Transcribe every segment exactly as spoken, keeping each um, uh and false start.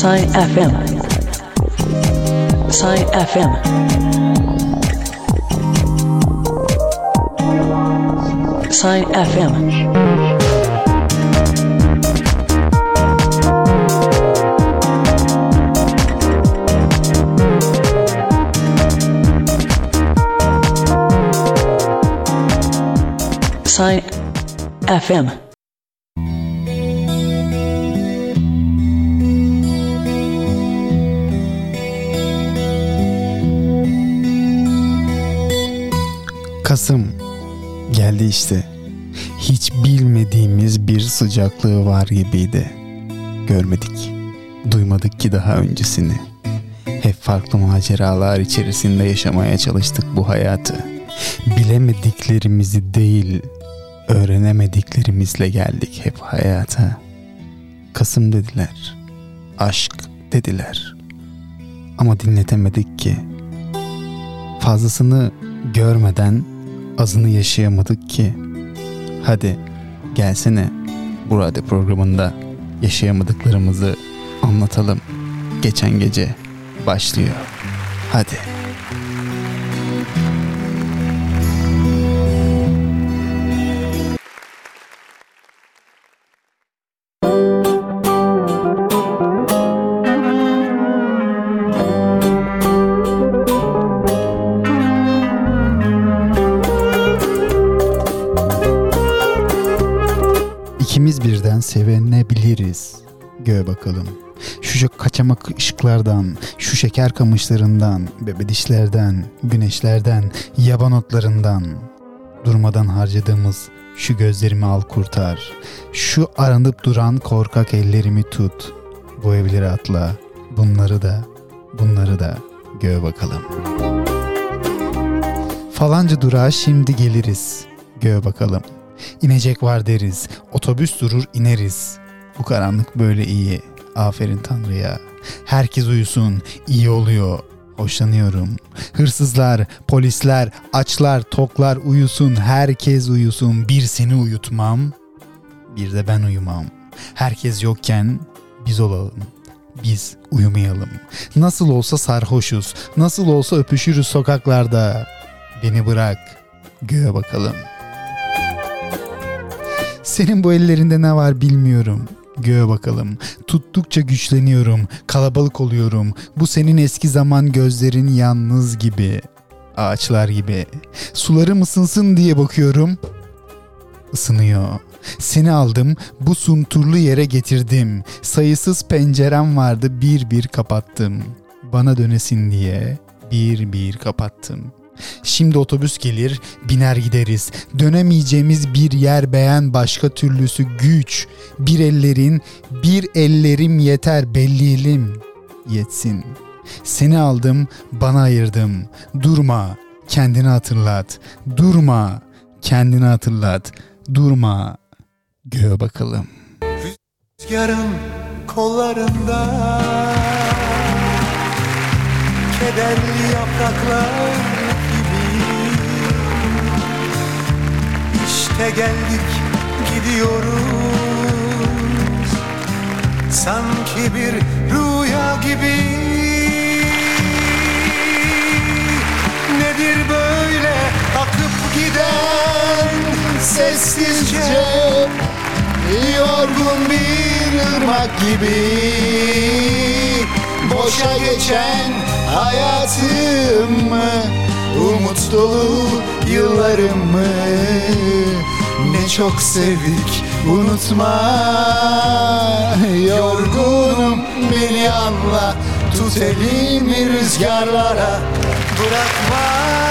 Sign F M. Sign F M. Sign F M. Sign F M. Kasım geldi işte. Hiç bilmediğimiz bir sıcaklığı var gibiydi. Görmedik, duymadık ki daha öncesini. Hep farklı maceralar içerisinde yaşamaya çalıştık bu hayatı. Bilemediklerimizi değil, öğrenemediklerimizle geldik hep hayata. Kasım dediler, aşk dediler. Ama dinletemedik ki. Fazlasını görmeden azını yaşayamadık ki. Hadi gelsene bu radyo programında yaşayamadıklarımızı anlatalım. Geçen gece başlıyor. Hadi. İkimiz birden sevenebiliriz. Göğe bakalım. Şu kaçamak ışıklardan, şu şeker kamışlarından, bebedişlerden, güneşlerden, yaban otlarından, durmadan harcadığımız şu gözlerimi al kurtar. Şu aranıp duran korkak ellerimi tut. Bu evleri atla. Bunları da, bunları da göğe bakalım. Falanca durağa şimdi geliriz. Göğe bakalım. İnecek var deriz. Otobüs durur ineriz. Bu karanlık böyle iyi. Aferin Tanrı'ya. Herkes uyusun. İyi oluyor. Hoşlanıyorum. Hırsızlar, polisler, açlar, toklar uyusun. Herkes uyusun. Bir seni uyutmam. Bir de ben uyumam. Herkes yokken biz olalım. Biz uyumayalım. Nasıl olsa sarhoşuz. Nasıl olsa öpüşürüz sokaklarda. Beni bırak. Göğe bakalım. Senin bu ellerinde ne var bilmiyorum. Göğe bakalım. Tuttukça güçleniyorum. Kalabalık oluyorum. Bu senin eski zaman gözlerin yalnız gibi. Ağaçlar gibi. Sularım ısınsın diye bakıyorum. Isınıyor. Seni aldım. Bu sunturlu yere getirdim. Sayısız pencerem vardı. Bir bir kapattım. Bana dönesin diye bir bir kapattım. Şimdi otobüs gelir, biner gideriz. Dönemeyeceğimiz bir yer beğen, başka türlüsü güç. Bir ellerin, bir ellerim yeter, belliğim yetsin. Seni aldım, bana ayırdım. Durma, kendini hatırlat. Durma, kendini hatırlat. Durma, göğe bakalım. Rüzgarın kollarında kederli yapraklar gibi. İşte geldik gidiyoruz, sanki bir rüya gibi. Nedir böyle akıp giden sessizce, yorgun bir ırmak gibi. Boşa geçen hayatım mı, umut dolu yıllarım mı? Ne çok sevdik, unutma. Yorgunum, beni anla. Tut elimi rüzgarlara bırakma.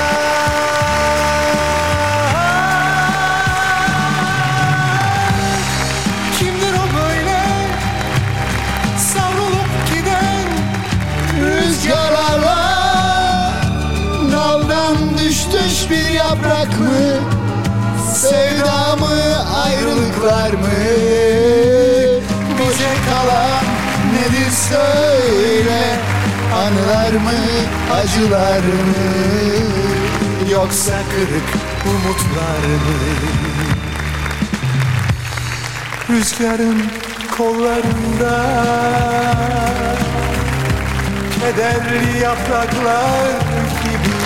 Kimdir o böyle savrulup giden rüzgarlarla? Daldan düşmüş bir yaprak mı? Sevda mı, ayrılıklar mı? Bize kalan nedir söyle? Anılar mı, acılar mı? Yoksa kırık umutlar mı? Rüzgarın kollarında kederli yapraklar gibi.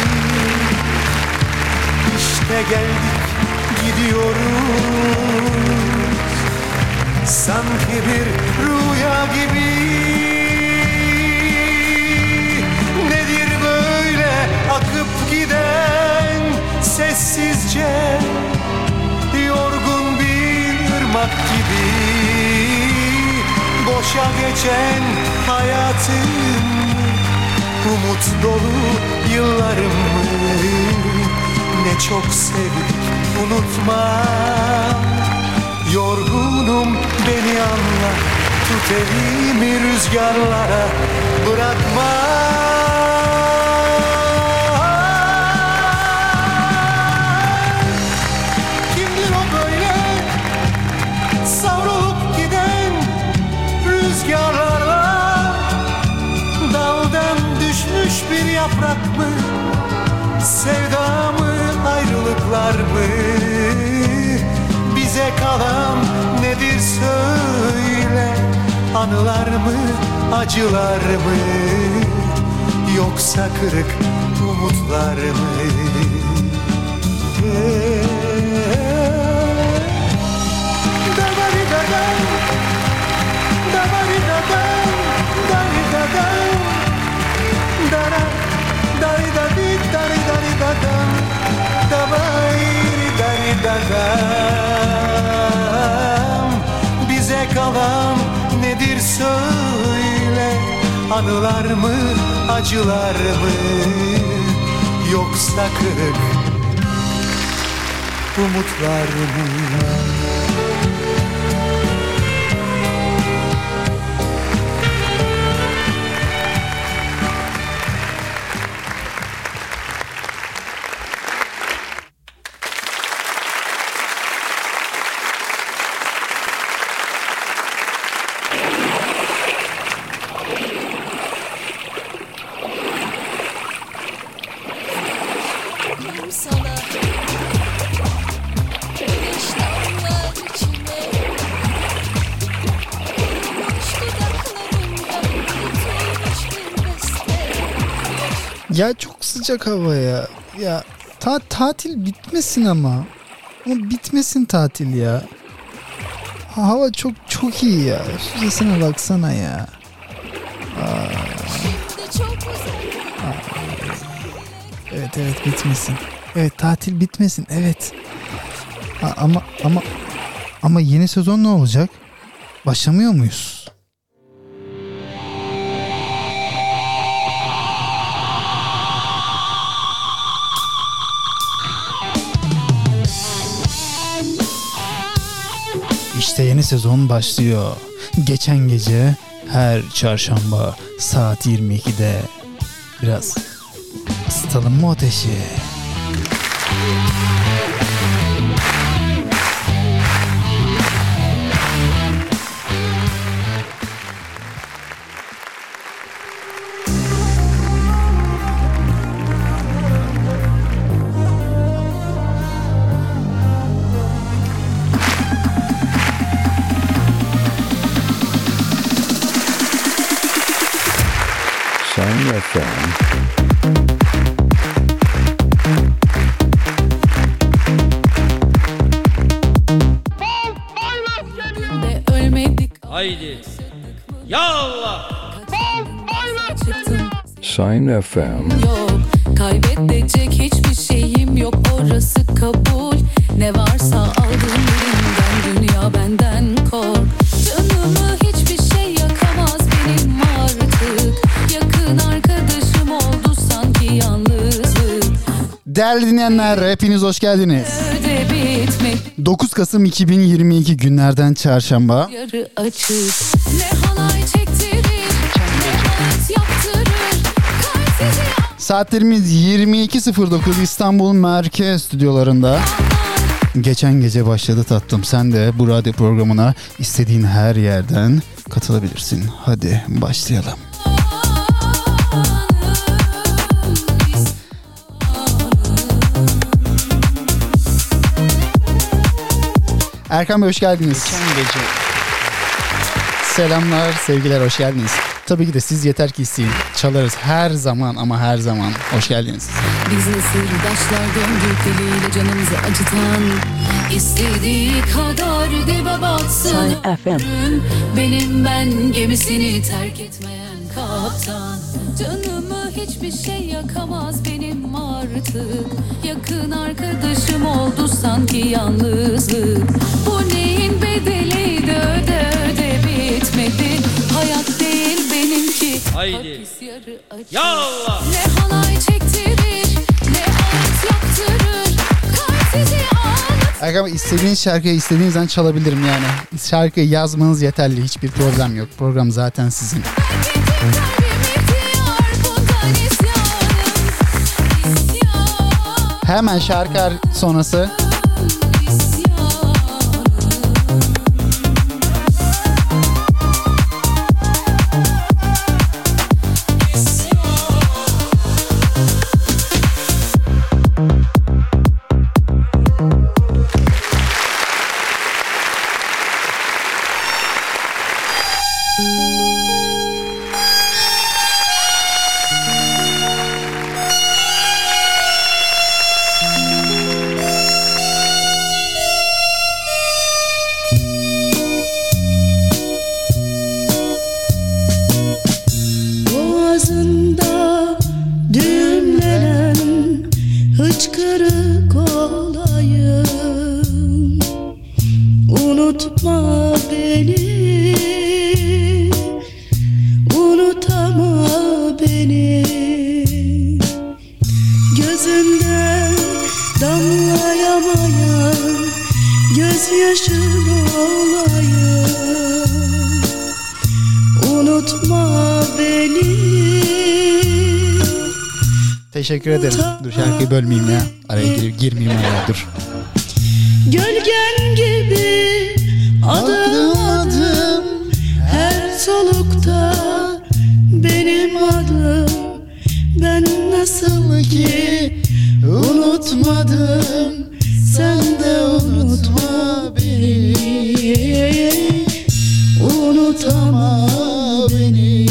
İşte geldik gidiyoruz, sanki bir rüya gibi. Nedir böyle akıp giden sessizce, yorgun bir ırmak gibi. Boşa geçen hayatım, umut dolu yıllarımı ne çok sevdik, unutma. Yorgunum, beni anla, tut elimi, rüzgarlara bırakma. Kimdir o böyle savrulup giden rüzgarlarla? Daldan düşmüş bir yaprak mı? Sevda mı, ayrılıklar mı? Bize kalan nedir söyle? Anılar mı, acılar mı? Yoksa kırık umutlar mı? Davari-dadam, davari-dadam, dari-dadam, dara, dari-dadi, dari-dari-dadam, davari-dari-dadam. Bize kalan nedir söyle? Anılar mı, acılar mı? Yoksa kırık umutlar mı? Ya çok sıcak hava ya. Ya ta- tatil bitmesin ama. Ama bitmesin tatil ya. Ha, hava çok çok iyi ya. Şu sesine baksana ya. Aa. Aa. Evet evet bitmesin. Evet tatil bitmesin. Evet. Ha, ama ama ama yeni sezon ne olacak? Başlamıyor muyuz? İşte yeni sezon başlıyor. Geçen gece her çarşamba saat yirmi ikide biraz ısıtalım mı ateşi? Shine F M. Haydi. Ya Allah. Shine F M. Yok, kaybedecek hiçbir şeyim yok, orası kabul. Ne varsa aldım elimden, dünya benden kork. Canımı hiçbir şey yakamaz benim artık. Yakın arkadaşım oldu sanki yalnızlık. Değerli dinleyenler, hepiniz hoş geldiniz. dokuz Kasım iki bin yirmi iki günlerden çarşamba. Yarı açık. Ne halay çektirir, ne hayat yaptırır. Saatlerimiz yirmi iki sıfır dokuz İstanbul Merkez stüdyolarında. Geçen gece başladı tatlım. Sen de bu radyo programına istediğin her yerden katılabilirsin. Hadi başlayalım. Erkan Bey hoş geldiniz. Geçen gece. Selamlar, sevgiler, hoş geldiniz. Tabii ki de siz yeter ki isteyin. Çalarız her zaman ama her zaman. Hoş geldiniz. Biz sırdaşlar döndük deliyle canımızı acıtan. İstediği kadar dibe batsın Shine F M. benim ben gemisini terk etmeyen kaptan. Canımı hiçbir şey yakamaz benim artık. Yakın arkadaşım oldu sanki yalnızlık. Bu neyin bedeliydi öde öde bitmedi. Hayat değil benimki. Haydi. Hapis yarı açık. Ya Allah. Ne halay çektirir ne ağıt yaktırır. Kalpsizi ağlatır. Erkan Bey istediğiniz şarkıyı istediğiniz an çalabilirim yani. Şarkıyı yazmanız yeterli. Hiçbir problem yok. Program zaten sizin. Hemen şarkı sonrası boğazında düğümlenen hıçkırık olayım. Unutma beni, unutama beni. Gözünden damlayamayan gözyaşın olayım. Unutma beni. teşekkür ederim. Dur şarkıyı bölmeyeyim ya. Araya gir, girmeyeyim araya dur. Gölgen gibi adım adım her solukta benim adım. Ben nasıl ki unutmadım, sen de unutma beni. Unutama beni.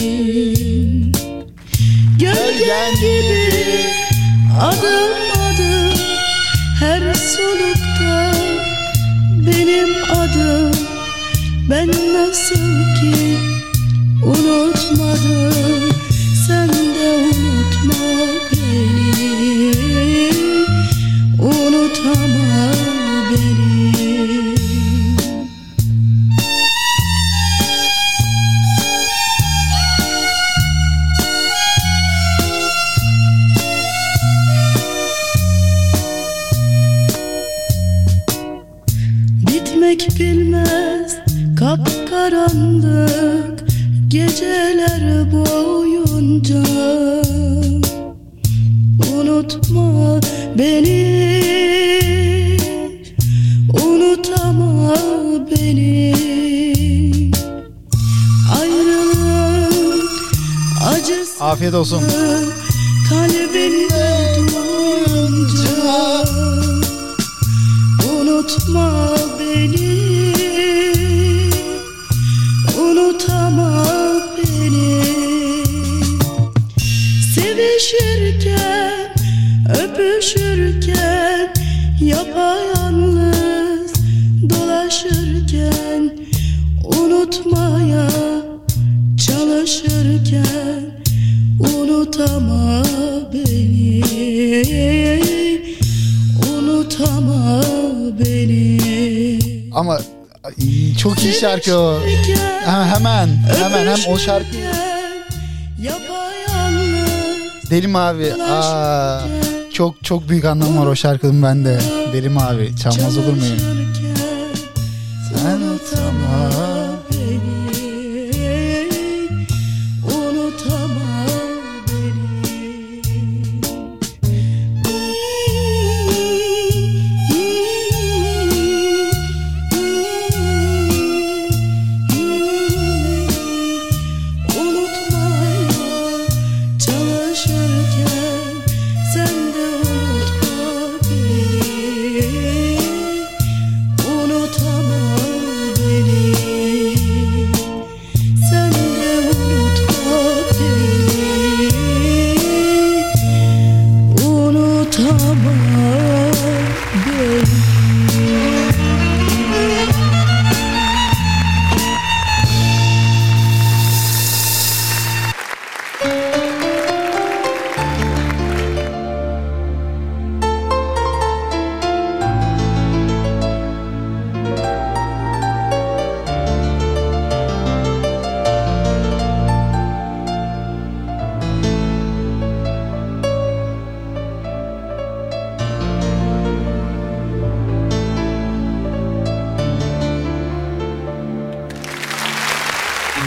Gölgen gibi adım adım her solukta benim adım. Ben nasıl ki unutmadım, sen de unutma beni. Unutama beni. Bitmek bilmez kapkaranlık geceler boyunca. Unutma beni, unutama beni. Ayrılığın acısı Afiyet olsun. kalbinde duyunca. Unutma beni, unutama beni. Sevişirken, öpüşürken, yapayalnız dolaşırken, unutmaya çalışırken, unutama beni. Unutama beni. Ama ay, çok iyi şarkı o. Ha, hemen hemen hem o şarkı. Deli Mavi. Aa, çok çok büyük anlamı var o şarkının bende. Deli Mavi. Çalmaz olur muyum? Sen unutama beni. Unutama beni. Unutma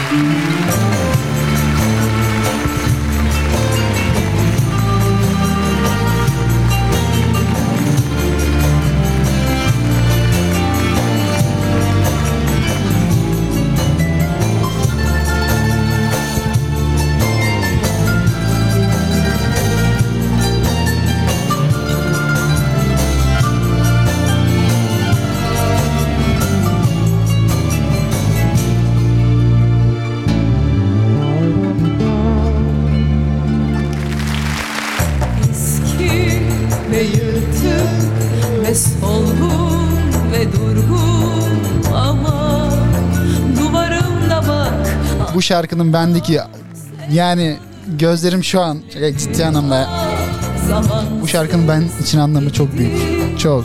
Bu şarkının bendeki yani gözlerim şu an ciddi anlamda, bu şarkının ben için anlamı çok büyük. Çok.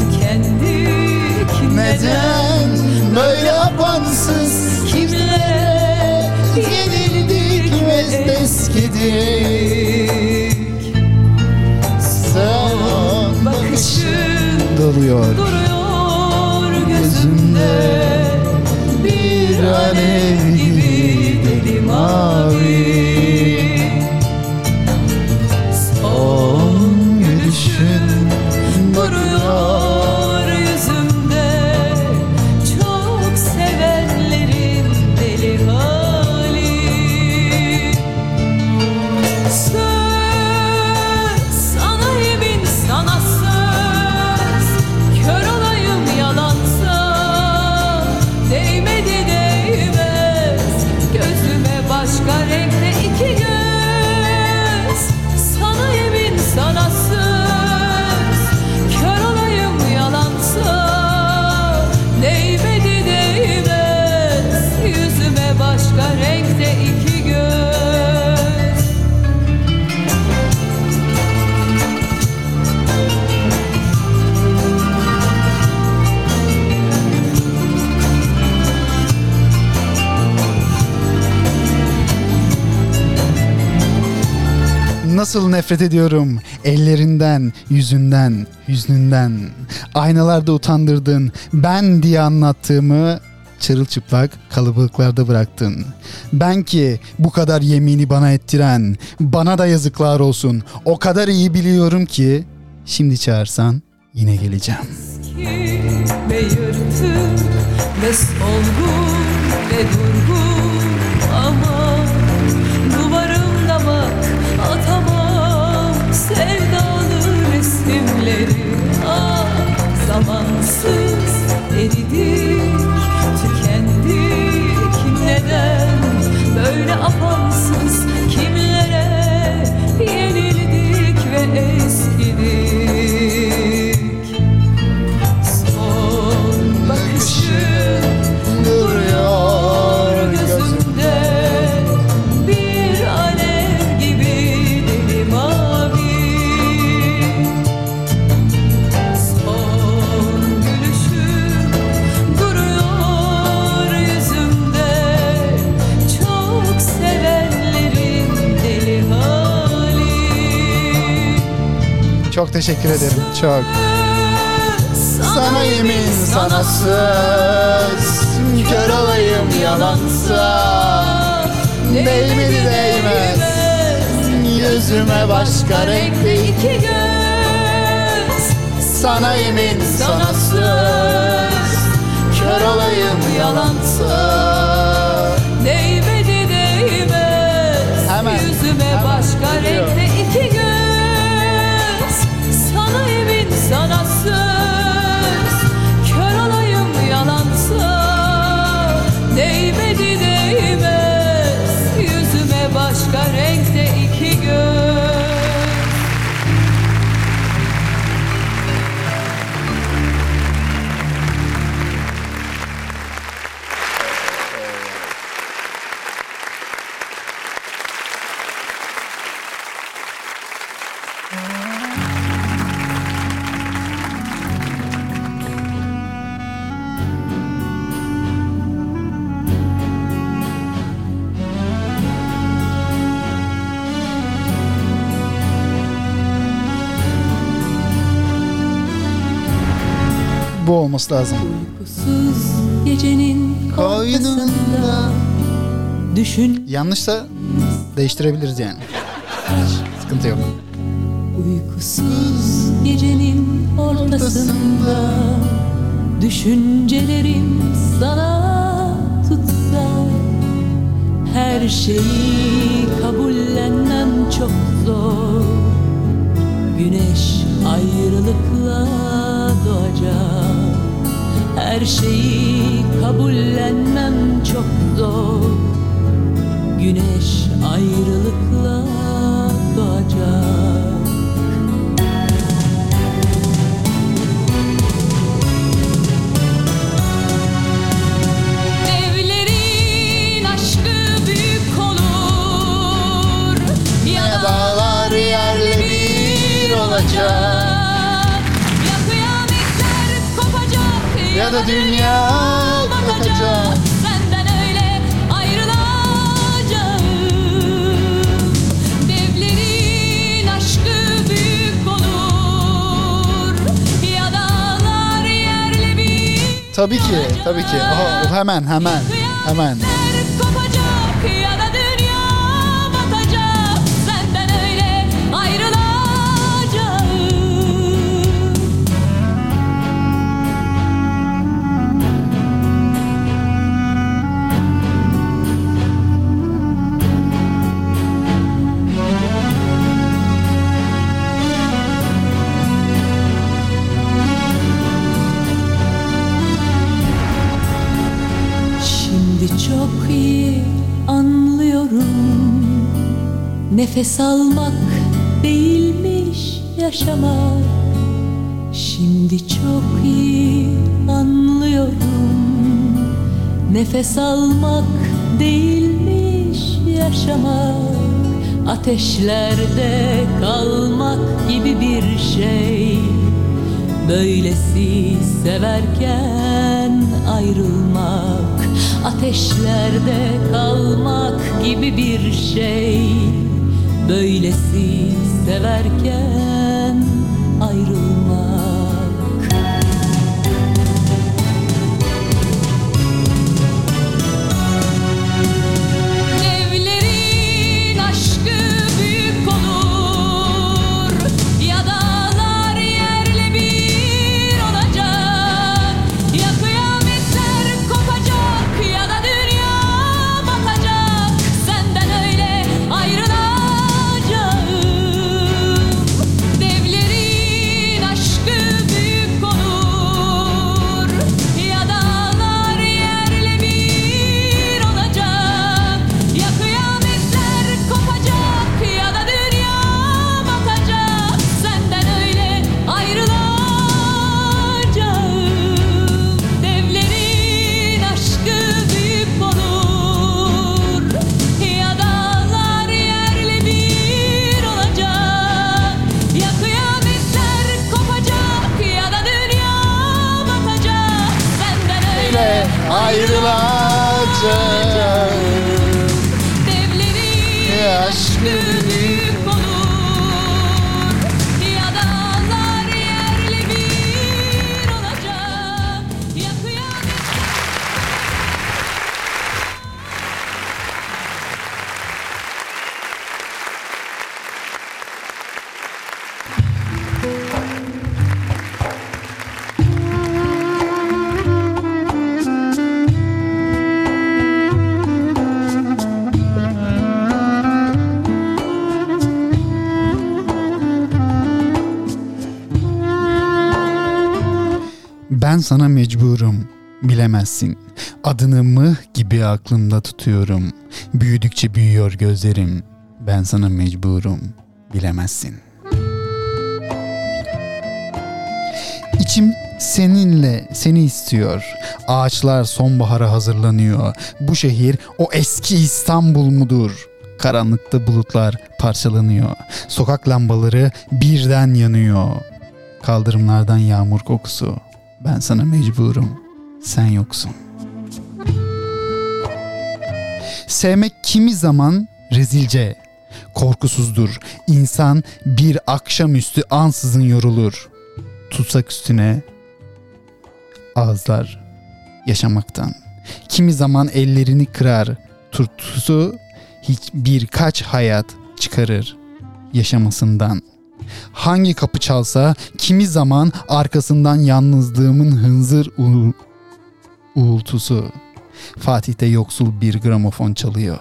Neden böyle apansız kimlere yenildik ve eskidik. Son bakışın duruyor, duruyor gözümde bir alev gibi deli mavi. Son gülüşün duruyor yüzümde, çok sevenlerin deli hali. Söz sana yemin, sana söz, kör olayım yalansa, değmedi değmez gözüme başka renkte iki göz. Sana yemin, sana söz, kör olayım yalansa, değmedi değmez yüzüme başka renkte iki göz. Nasıl nefret ediyorum ellerinden, yüzünden, hüznünden. Aynalarda utandırdın, ben diye anlattığımı çırılçıplak kalabalıklarda bıraktın. Ben ki bu kadar yemini bana ettiren, bana da yazıklar olsun. O kadar iyi biliyorum ki şimdi çağırsan yine geleceğim. Ve yırtık ve solgun ve durgun ama duvarımda bak atamam sevdalı resimleri. Ah zamansız eridik, tükendik, neden böyle apansız kimlere yenildik ve eskidik. Son bakışın duruyor gözümde, bir alev gibi deli mavi. Son gülüşün duruyor yüzümde, çok sevenlerin deli hali. Çok teşekkür ederim. Çok. Sana yemin, sana söz, kör olayım yalansa, değmedi değmez yüzüme başka renkli iki göz. Sana yemin, sana söz, kör olayım yalansa, değmedi değmez Hemen, yüzüme hemen. başka renkli iki göz. Sana yemin, sana söz, kör olayım yalansa, değmedi değmez yüzüme başka renkte iki göz. Bu olması lazım. Uykusuz gecenin Koynunda ortasında Düşün Yanlışsa değiştirebiliriz yani. Hiç sıkıntı yok. uykusuz gecenin ortasında düşüncelerim sana tutsa, her şeyi kabullenmem çok zor. Güneş ayrılıkla doğacak, her şeyi kabullenmem çok zor. Güneş ayrılıkla doğacak. Devlerin aşkı büyük olur, ya dağlar yerle bir olacak. Ya kıyametler kopacak, Ya da dünya batacak. Senden öyle ayrılacağım. Devlerin aşkı büyük olur, ya dağlar yerle bir. Tabii ki, tabii ki. Aha, hemen, hemen, hemen. Kıyametler kopacak, ya da dünya batacak. Senden öyle ayrılacağım. Şimdi çok iyi anlıyorum, nefes almak değilmiş yaşamak. Şimdi çok iyi anlıyorum, nefes almak değilmiş yaşamak. Ateşlerde kalmak gibi bir şey, böylesi severken ayrılmak. Ateşlerde kalmak gibi bir şey, böylesi severken ayrılmak. Devlerin aşkı büyük olur, ya dağlar yerle bir olacak. Ya kıyametler kopacak, ya da dünya batacak. Senden öyle ayrılacağım. Devlerin aşkı büyük olur, ya dağlar yerle bir olacak. Ya kıyametler kopacak, ya da dünya batacak. Senden öyle ayrılacağım. Devlerin aşkı büyük olur, ya dağlar yerle bir olacak. Ya kıyametler kopacak, ya da dünya batacak. Senden öyle Ayrılacağım. Devlerin Aşkı büyük olur, ya dağlar yerle bir olacak. Ya kıyamet. Ben sana mecburum, bilemezsin. Adını mıh gibi aklımda tutuyorum. Büyüdükçe büyüyor gözlerim. Ben sana mecburum, bilemezsin. İçim seninle, seni istiyor. Ağaçlar sonbahara hazırlanıyor. Bu şehir o eski İstanbul mudur? Karanlıkta bulutlar parçalanıyor. Sokak lambaları birden yanıyor. Kaldırımlardan yağmur kokusu. Ben sana mecburum, sen yoksun. Sevmek kimi zaman rezilce, korkusuzdur. İnsan bir akşamüstü ansızın yorulur. Tutsak üstüne ağızlar yaşamaktan. Kimi zaman ellerini kırar, tutkusu hiç birkaç hayat çıkarır yaşamasından. Hangi kapı çalsa kimi zaman arkasından yalnızlığımın hınzır uğ- uğultusu. Fatih'te yoksul bir gramofon çalıyor.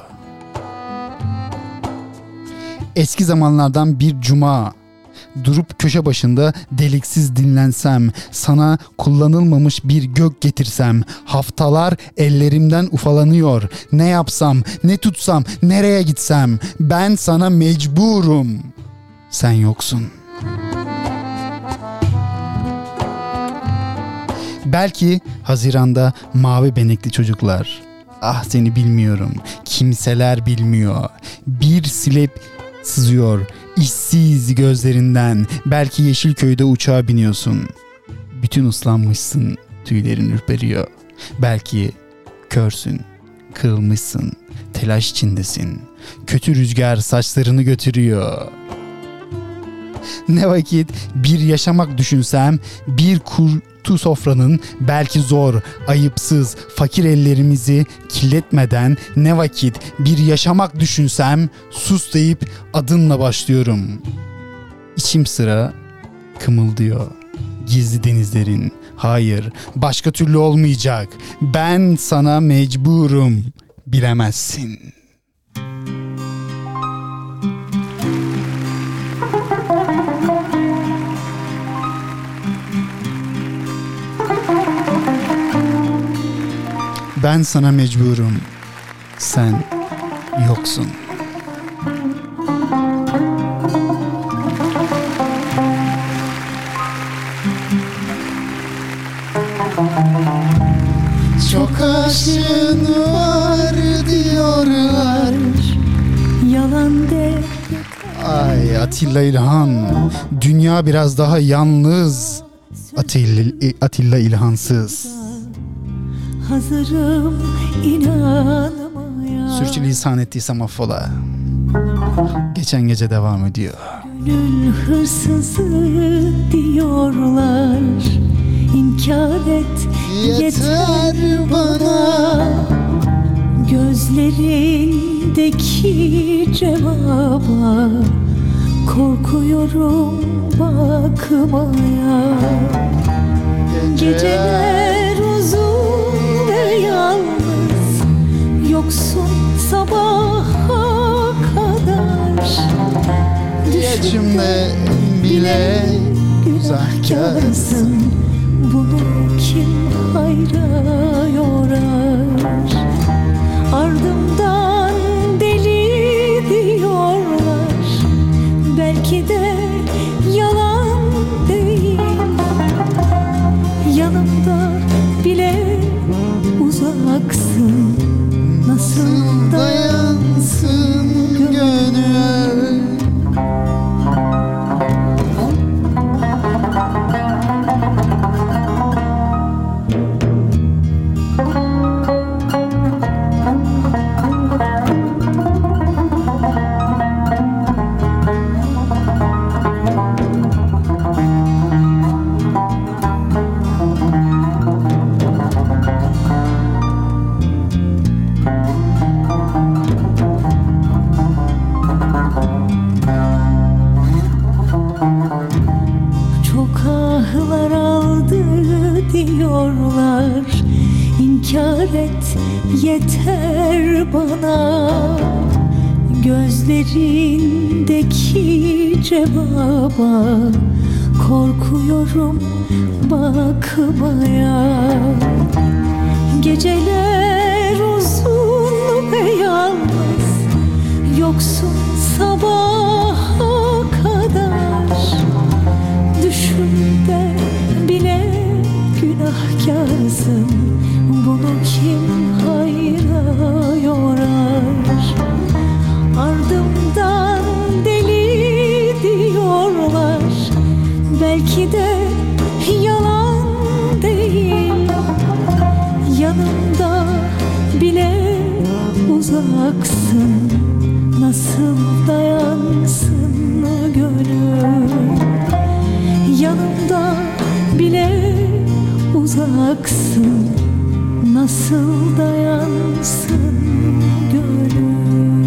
Eski zamanlardan bir cuma, durup köşe başında deliksiz dinlensem, sana kullanılmamış bir gök getirsem, haftalar ellerimden ufalanıyor. Ne yapsam, ne tutsam, nereye gitsem, ben sana mecburum. Sen yoksun. Belki Haziran'da mavi benekli çocuklar. Ah seni bilmiyorum. Kimseler bilmiyor. Bir silep sızıyor işsiz gözlerinden. Belki Yeşilköy'de uçağa biniyorsun. Bütün ıslanmışsın. Tüylerin ürperiyor. Belki körsün. Kırılmışsın. Telaş içindesin. Kötü rüzgar saçlarını götürüyor. Ne vakit bir yaşamak düşünsem, bir kurtu sofranın belki zor, ayıpsız, fakir ellerimizi kirletmeden ne vakit bir yaşamak düşünsem, sus deyip adınla başlıyorum. İçim sıra kımıldıyor. Gizli denizlerin, hayır, başka türlü olmayacak. Ben sana mecburum, bilemezsin. Ben sana mecburum. Sen yoksun. Çok aşkın var diyorlar. Yalan de. Ay Atilla İlhan. Dünya biraz daha yalnız. Atilla, Atilla İlhansız. Hazırım inanmaya. Sürçülisan ettiysem affola. Geçen gece devam ediyor. Gönül hırsızı diyorlar. İnkar et yeter bana. Gözlerindeki cevaba korkuyorum bakmaya. Geceler uzun ve yalnız, yoksun sabaha kadar. İçimde bile günahkarsın. Bunu kim hayra yorar? Ardımdan deli diyorlar. Belki de yalan değil. Yanımda bile uzaksın. Nasıl dayansın gönül? Diyorlar, inkar et yeter bana. Gözlerindeki cevaba korkuyorum bakmaya. Geceler uzun ve yalnız, yoksun sabaha kadar. Düşün de bile günahkarsın. Bunu kim hayra yorar? Ardımdan deli diyorlar. Belki de yalan değil. Yanımda bile uzaksın. Nasıl dayansın gönül? Yanımda bile uzaksın. Nasıl dayansın gönül.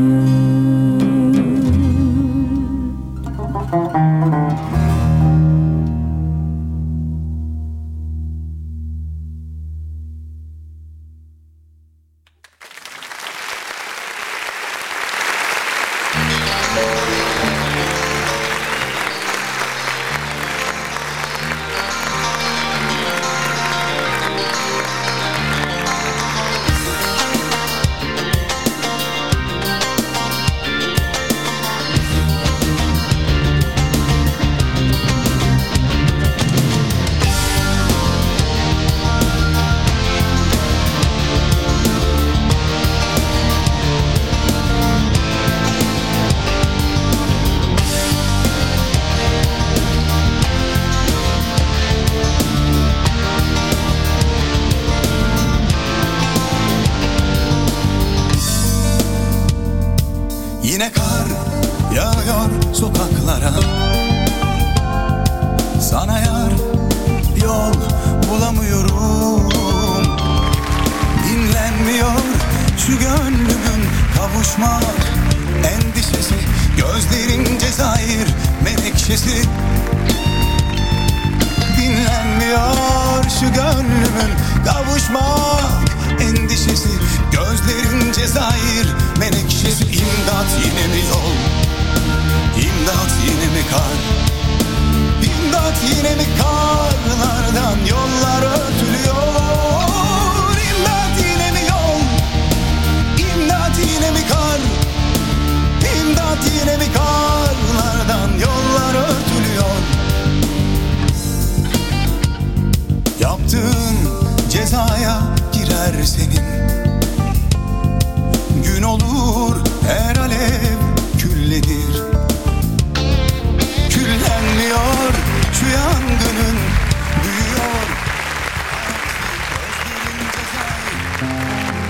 Yine kar yağıyor sokaklara, sana yar yol bulamıyorum. Dinlenmiyor şu gönlümün kavuşmak endişesi, gözlerin Cezayir menekşesi. Dinlenmiyor şu gönlümün kavuşmak endişesi, gözlerin Cezayir menekşesi. İmdat yine mi yol, İmdat yine mi kar, İmdat yine mi karlardan yollar örtülüyor. İmdat yine mi yol, İmdat yine mi kar, İmdat yine mi karlardan yollar örtülüyor. Yaptığın cezaya girer senin, gün olur her alev küllenir. Küllenmiyor şu yangının, büyüyor gözlerin Cezayir.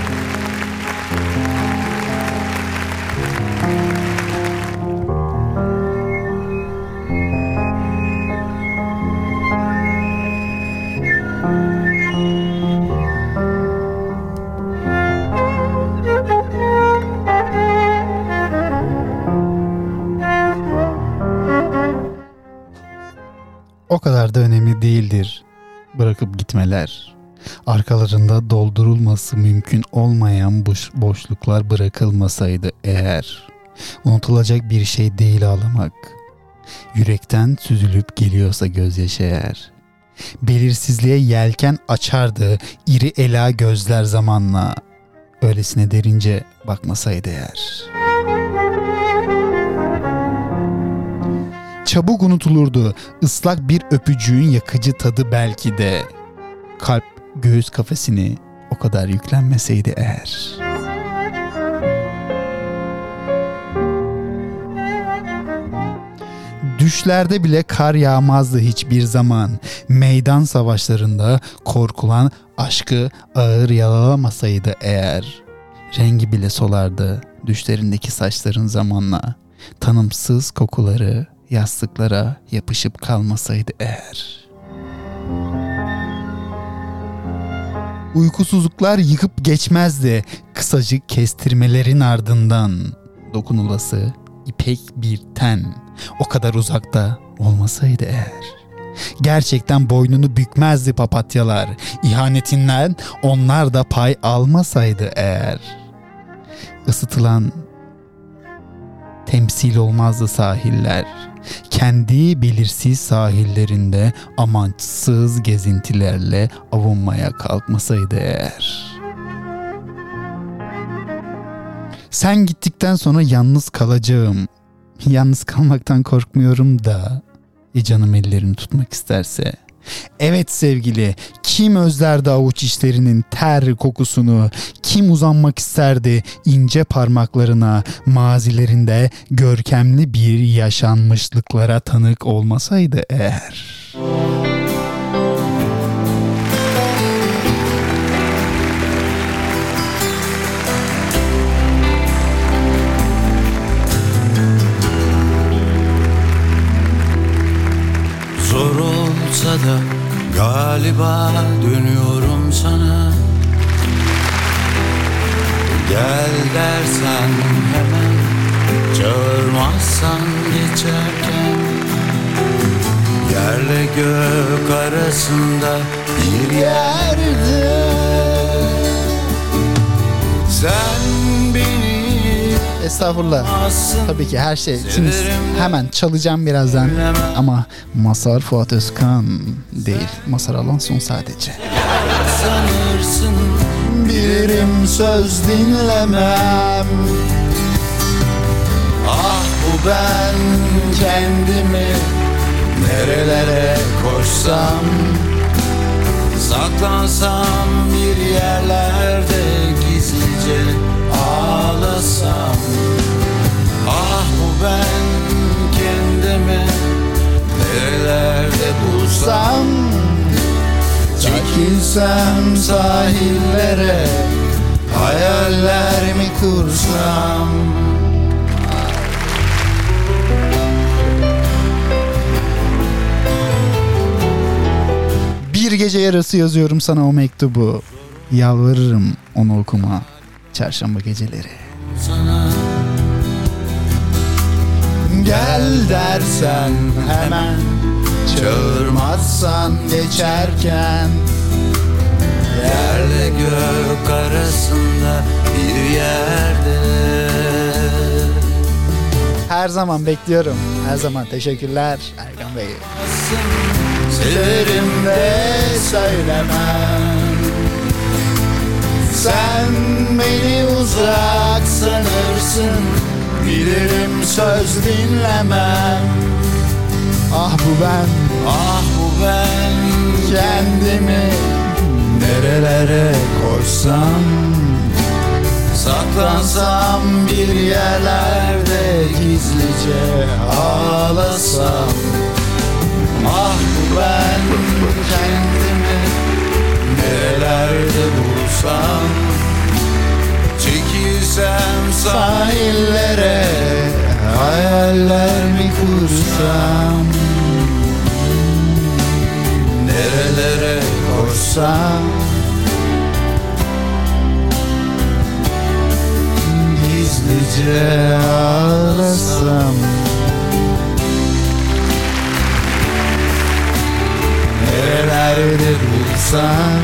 O kadar da önemli değildir bırakıp gitmeler. Arkalarında doldurulması mümkün olmayan boş, boşluklar bırakılmasaydı eğer. Unutulacak bir şey değil ağlamak. Yürekten süzülüp geliyorsa gözyaşı eğer. Belirsizliğe yelken açardı iri ela gözler zamanla. Öylesine derince bakmasaydı eğer. Çabuk unutulurdu ıslak bir öpücüğün yakıcı tadı belki de. Kalp göğüs kafesini o kadar yüklenmeseydi eğer. Düşlerde bile kar yağmazdı hiçbir zaman. Meydan savaşlarında korkulan aşkı ağır yaralamasaydı eğer. Rengi bile solardı düşlerindeki saçların zamanla. Tanımsız kokuları yastıklara yapışıp kalmasaydı eğer. Uykusuzluklar yıkıp geçmezdi kısacık kestirmelerin ardından. Dokunulası ipek bir ten o kadar uzakta olmasaydı eğer. Gerçekten boynunu bükmezdi papatyalar, İhanetinden onlar da pay almasaydı eğer. Isıtılan temsil olmazdı sahiller, kendi belirsiz sahillerinde amaçsız gezintilerle avunmaya kalkmasaydı eğer. Sen gittikten sonra yalnız kalacağım. Yalnız kalmaktan korkmuyorum da. Ya canım ellerini tutmak isterse. Evet sevgili, kim özlerdi avuç içlerinin ter kokusunu, kim uzanmak isterdi ince parmaklarına, mazilerinde görkemli bir yaşanmışlıklara tanık olmasaydı eğer. Zor olsa da galiba dönüyorum sana. Gel dersen hemen, çağırmazsan geçerken, yerle gök arasında bir yerde sen beni. Estağfurullah. Tabii ki her şey. Şimdi hemen çalacağım birazdan. Ama Mazhar Fuat Özkan değil. Mazhar Alanson sadece. Sanırsın bilirim söz dinlemem. Ah bu ben kendimi nerelere koşsam, saklansam bir yerlerde gizlice ağlasam. Ah bu ben kendimi nerelerde bulsam, çekilsem sahillere, hayaller mi kursam. Bir gece yarısı yazıyorum sana o mektubu. Yalvarırım onu okuma çarşamba geceleri. Sana Gel dersen hemen, çağırmazsan geçerken, yerle gök arasında bir yerde. her zaman bekliyorum. Her zaman teşekkürler Erkan Bey. Severim de söylemem, Sen beni uzak sanırsın, bilirim söz dinlemem. Ah bu ben, ah bu ben kendimi nerelere koşsam, saklansam bir yerlerde gizlice ağlasam. Ah bu ben kendimi nerelerde bulsam, çekilsem sahillere, hayaller mi kursam. Nerelere koşsam, gizlice ağlasam. Nerelerde bulsam,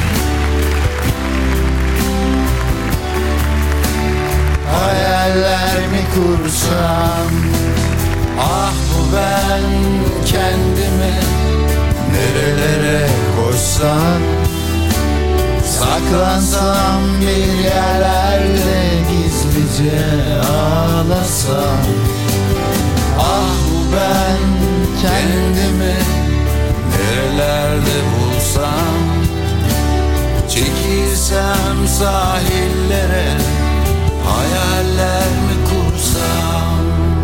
hayaller mi kursam. Ah bu ben kendimi nerelere koşsam, saklansam bir yerlerde gizlice ağlasam. Ah bu ben kendimi nerelerde bulsam, çekilsem sahillere, hayaller mi kursam.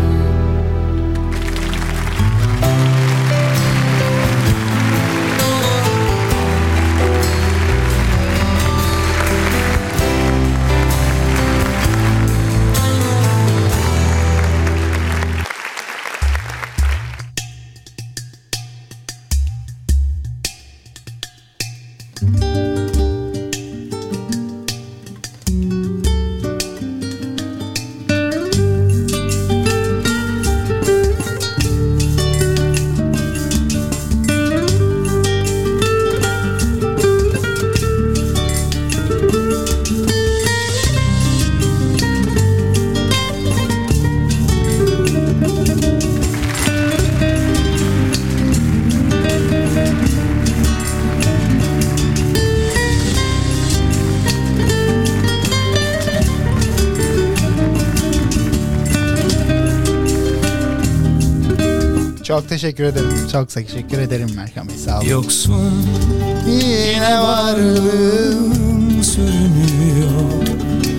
Çok teşekkür ederim. Çok teşekkür ederim Erkan Bey. Sağ olun. Yoksun Yine varlığım sürünüyor,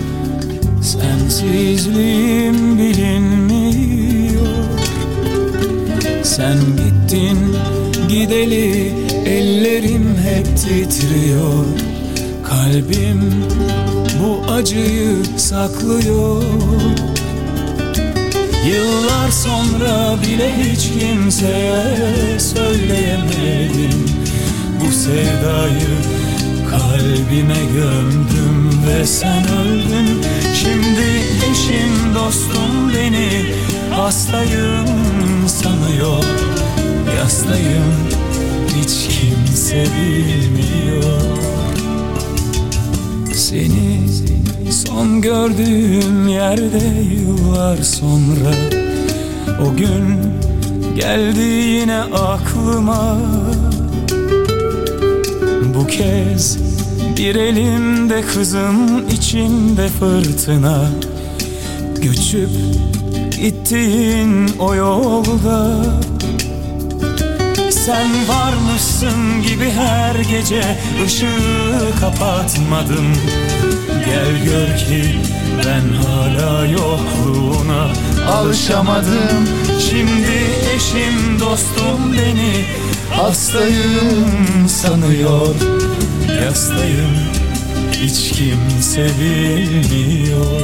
sensizliğim bilinmiyor. Sen gittin gideli ellerim hep titriyor. Kalbim bu acıyı saklıyor. Yıllar sonra bile hiç kimseye söyleyemedim. Bu sevdayı kalbime gömdüm ve sen öldün. hastayım sanıyor. Yastayım, hiç kimse bilmiyor. Seni son gördüğüm yerde yıllar sonra, o gün geldi yine aklıma. Bu kez bir elimde kızım, içinde fırtına. Göçüp gittiğin o yolda, sen varmışsın gibi her gece ışığı kapatmadım. Gel gör ki ben hala yokluğuna alışamadım. Şimdi eşim dostum beni hastayım sanıyor. Yastayım, hiç kimse bilmiyor.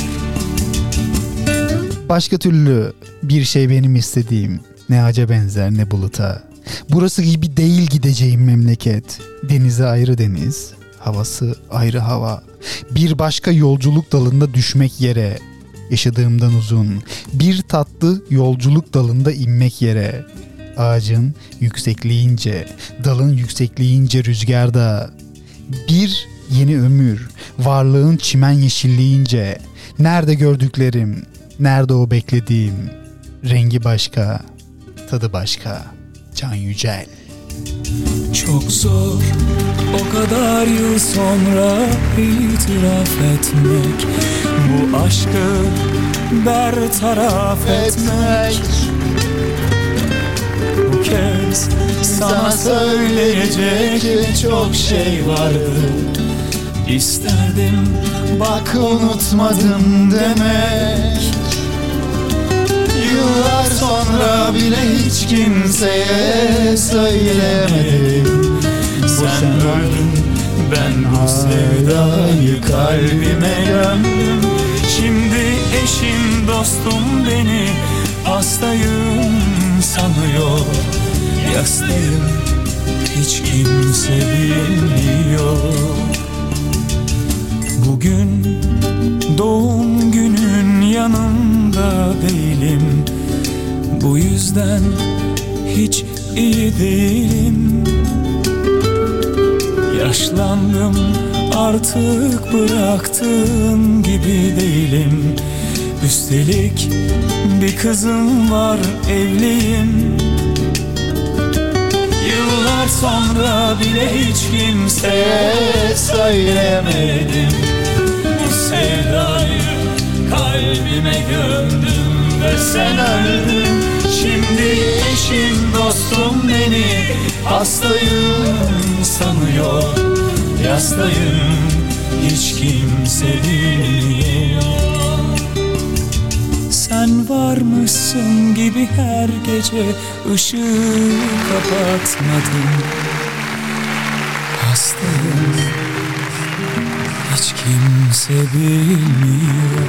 Başka türlü bir şey benim istediğim, ne ağaca benzer ne buluta. Burası gibi değil gideceğim memleket. Denize ayrı deniz, havası ayrı hava. Bir başka yolculuk dalında düşmek yere. Yaşadığımdan uzun bir tatlı yolculuk dalında inmek yere. Ağacın yüksekliğince, dalın yüksekliğince rüzgarda. Bir yeni ömür, varlığın çimen yeşilliğince. Nerede gördüklerim, nerede o beklediğim. Rengi başka, tadı başka. Can Yücel. Çok zor o kadar yıl sonra itiraf etmek, bu aşkı bertaraf etmek. Bu kez sana söyleyecek çok şey vardı. İsterdim bak unutmadım demek. Yıllar sonra bile hiç kimseye söylemedim. Sen öldün, ben bu sevdayı kalbime gömdüm. Şimdi eşim dostum beni hastayım sanıyor. Yastayım, hiç kimse bilmiyor. Bugün doğum günün yanında değilim. Bu yüzden hiç iyi değilim. Yaşlandım artık, bıraktığın gibi değilim. Üstelik bir kızım var, evliyim. Yıllar sonra bile hiç kimseye söylemedim. Bu sevdayı kalbime gömdüm ve sen öldün. Şimdi eşim dostum beni hastayım sanıyor. Yastayım, hiç kimse bilmiyor. Sen varmışsın gibi her gece ışığı kapatmadım. Hastayım, hiç kimse bilmiyor.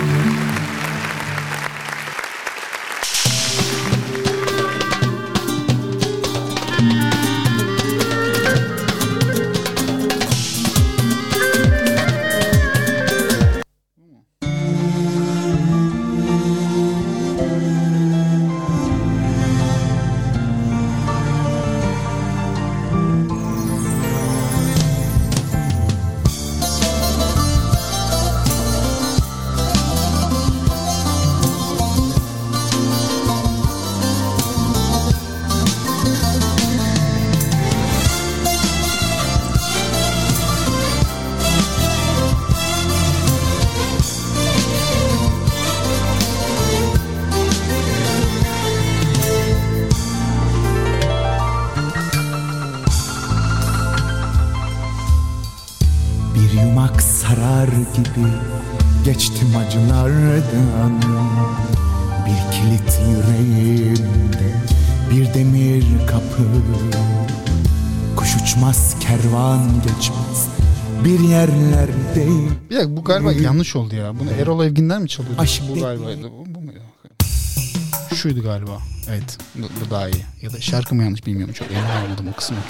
gibi geçtim acılardan. Bir kilit yüreğimde, bir demir kapı. Kuş uçmaz, kervan geçmez bir yerlerdeyim. Bir dakika, bu galiba yanlış oldu ya. Bunu Erol Evgin'den mi çalıyordu? Aşk bu galibaydı. Bu, bu mu? Şuydu galiba. Evet. Bu, bu daha iyi. Ya da şarkı mı yanlış bilmiyorum. Çok emin olmadım o kısmı.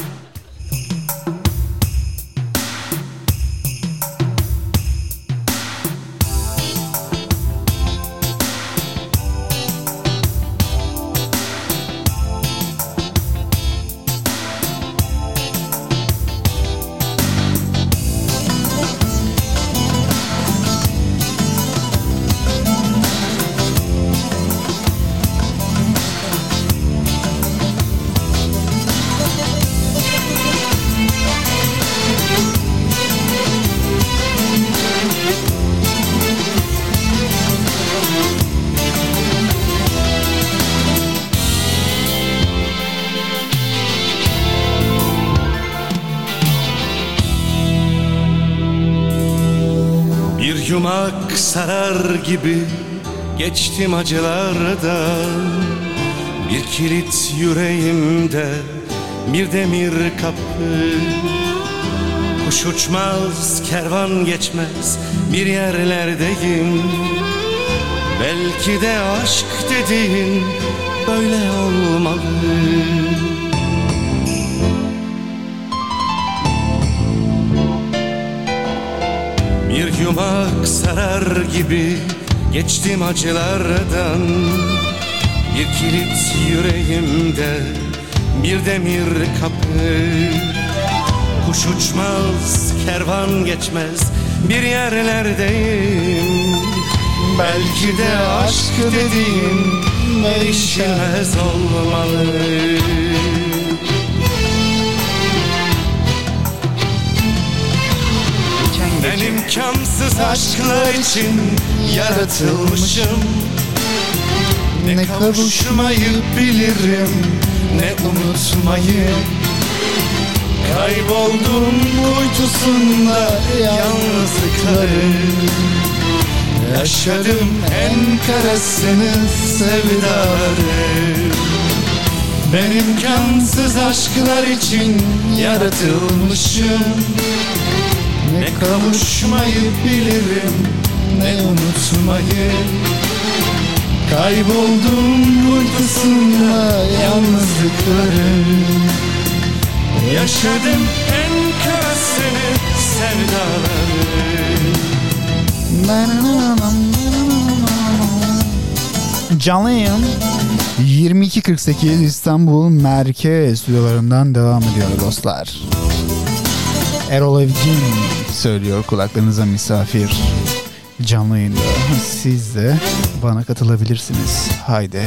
Bir yumak sarar gibi geçtim acılardan. Bir kilit yüreğimde, bir demir kapı. Kuş uçmaz, kervan geçmez, bir yerlerdeyim. Belki de aşk dediğin böyle olmalı. Bir yumak sarar gibi geçtim acılardan. Bir kilit yüreğimde, bir demir kapı. Kuş uçmaz, kervan geçmez, bir yerlerdeyim. Belki de aşk dediğin değişmez olmalı. Ben imkansız aşklar için yaratılmışım. Ne kavuşmayı bilirim, ne unutmayı. Kayboldum kuytusunda yalnızlıkları. Yaşadım en karasını sevdaları. Ben imkansız aşklar için yaratılmışım. Ne kavuşmayı bilirim, ne unutmayı. Kayboldum uykusunda yalnızlıkları. Yaşadım en karasını sevdaları. Canlı yayın yirmi iki kırk sekiz İstanbul Merkez stüdyolarından devam ediyor dostlar. Erol Evgin söylüyor kulaklarınıza misafir. Canlı yayında siz de bana katılabilirsiniz. Haydi.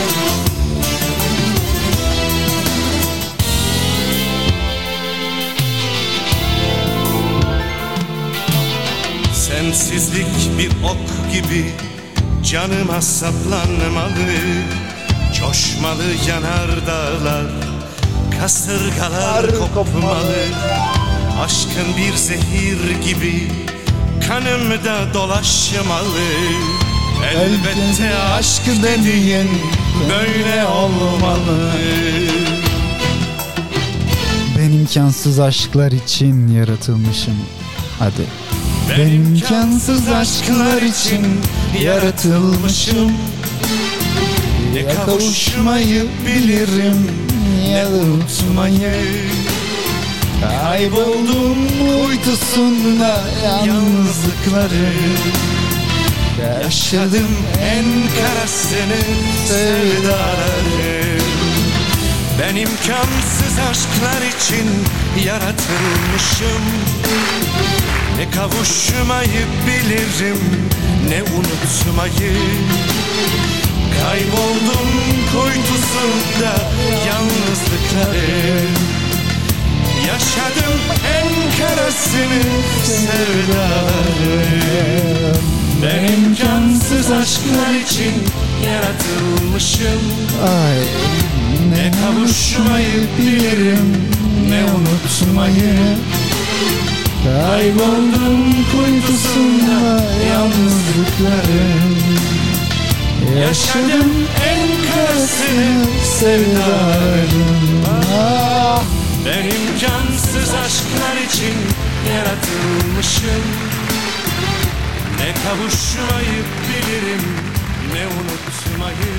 Sensizlik bir ok gibi canıma saplanmalı. Coşmalı yanardağlar, kasırgalar kopmalı. Aşkın bir zehir gibi kanımda dolaşmalı. Elbette aşk dediğin böyle olmalı. Ben imkansız aşklar için yaratılmışım. Hadi. Ben imkansız aşklar için yaratılmışım. Ne kavuşmayı bilirim, ne unutmayı. Kayboldum uykusunda yalnızlıkları. Yaşadım en karasını sevdaları. Ben imkansız aşklar için yaratılmışım. Ne kavuşmayı bilirim, ne unutmayı. Kayboldum kuytusunda yalnızlıkları. Yaşadım en karasını sevdaları. Ben imkansız aşklar için yaratılmışım. Ay, ne kavuşmayı bilirim, ne unutmayı. Kayboldum kuytusunda yalnızlıkları. Yaşadım en karasını sevdalarım. Ah. Ben imkansız aşklar için yaratılmışım. Ne kavuşmayı bilirim, ne unutmayı.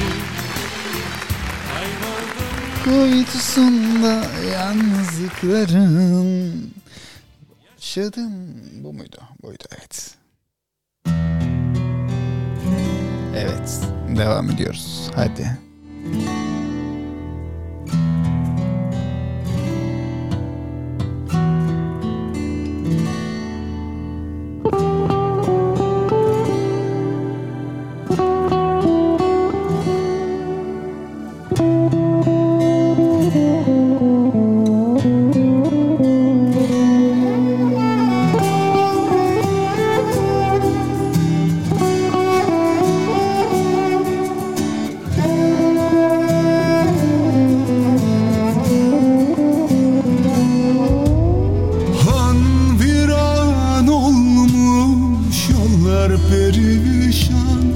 Kayboldum kuytusunda yalnızlıkların. Yaşadım. Bu muydu? Buydu, evet. Evet, devam ediyoruz. Hadi. yar perişan.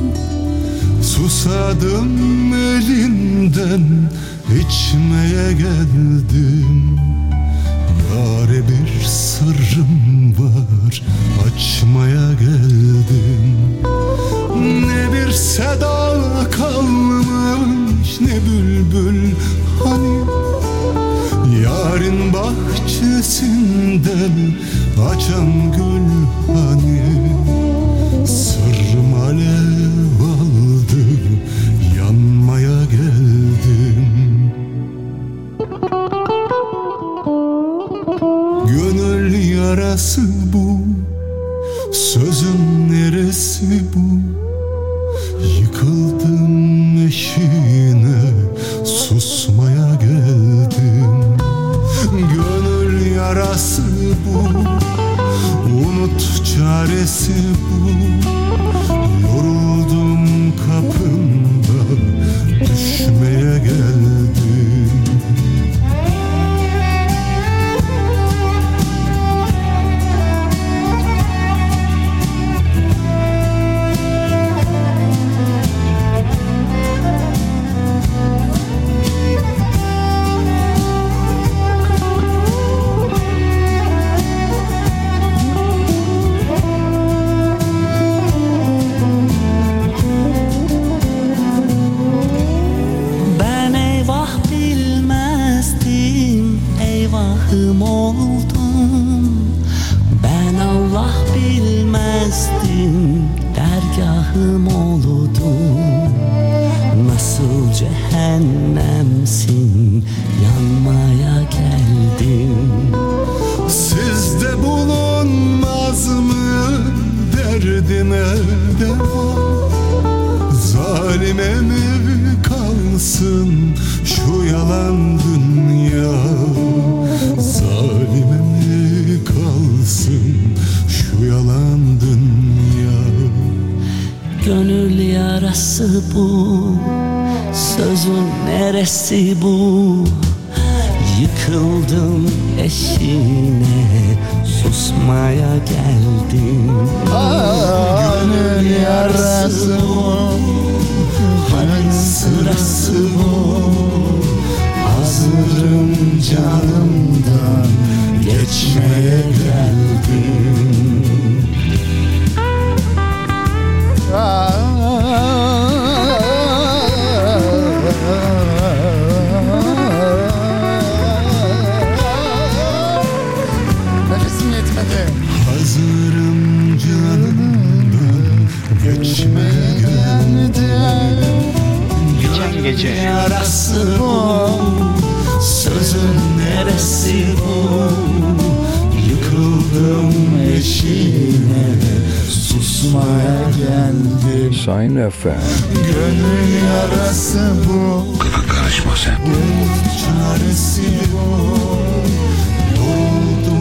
Susadım elinden, içmeye geldim. Yâre bir sırrım var, açmaya geldim. Ne bir seda kalmış, ne bülbül hani. Yarın bahçesinden açan gül hani. Sırrım alev aldı, yanmaya geldim. Gönül yarası bu, sözün neresi bu? Yıkıldım eşiğine, susmaya geldim. Gönül yarası bu, unut çaresi bu. Yoruldum kapında, düşmeye geldim. Oldum. Ben Allah bilmezdim, dergahım oldum. Nasıl cehennemsin, yanmaya geldim. Sizde bulunmaz mı derdime deva? Zalime mi kalsın şu yalan dünya? Zalime mi kalsın şu yalan dünya? Gönül yarası bu, sözün neresi bu? Yıkıldım eşiğine, susmaya geldim. Aa, gönül yarası bu, hani sırası bu? Hazırım canımdan, geçmeye geldim. Nefesim yetmedi. Hazırım canımdan, geçmeye geldim. Geçen gece yarası bu, sözün neresi bu? Yıkıldım eşiğine, susmaya geldim. Shine F M. Gönül yarası bu, Karışma sen. gönül çaresi bu. Yoruldum.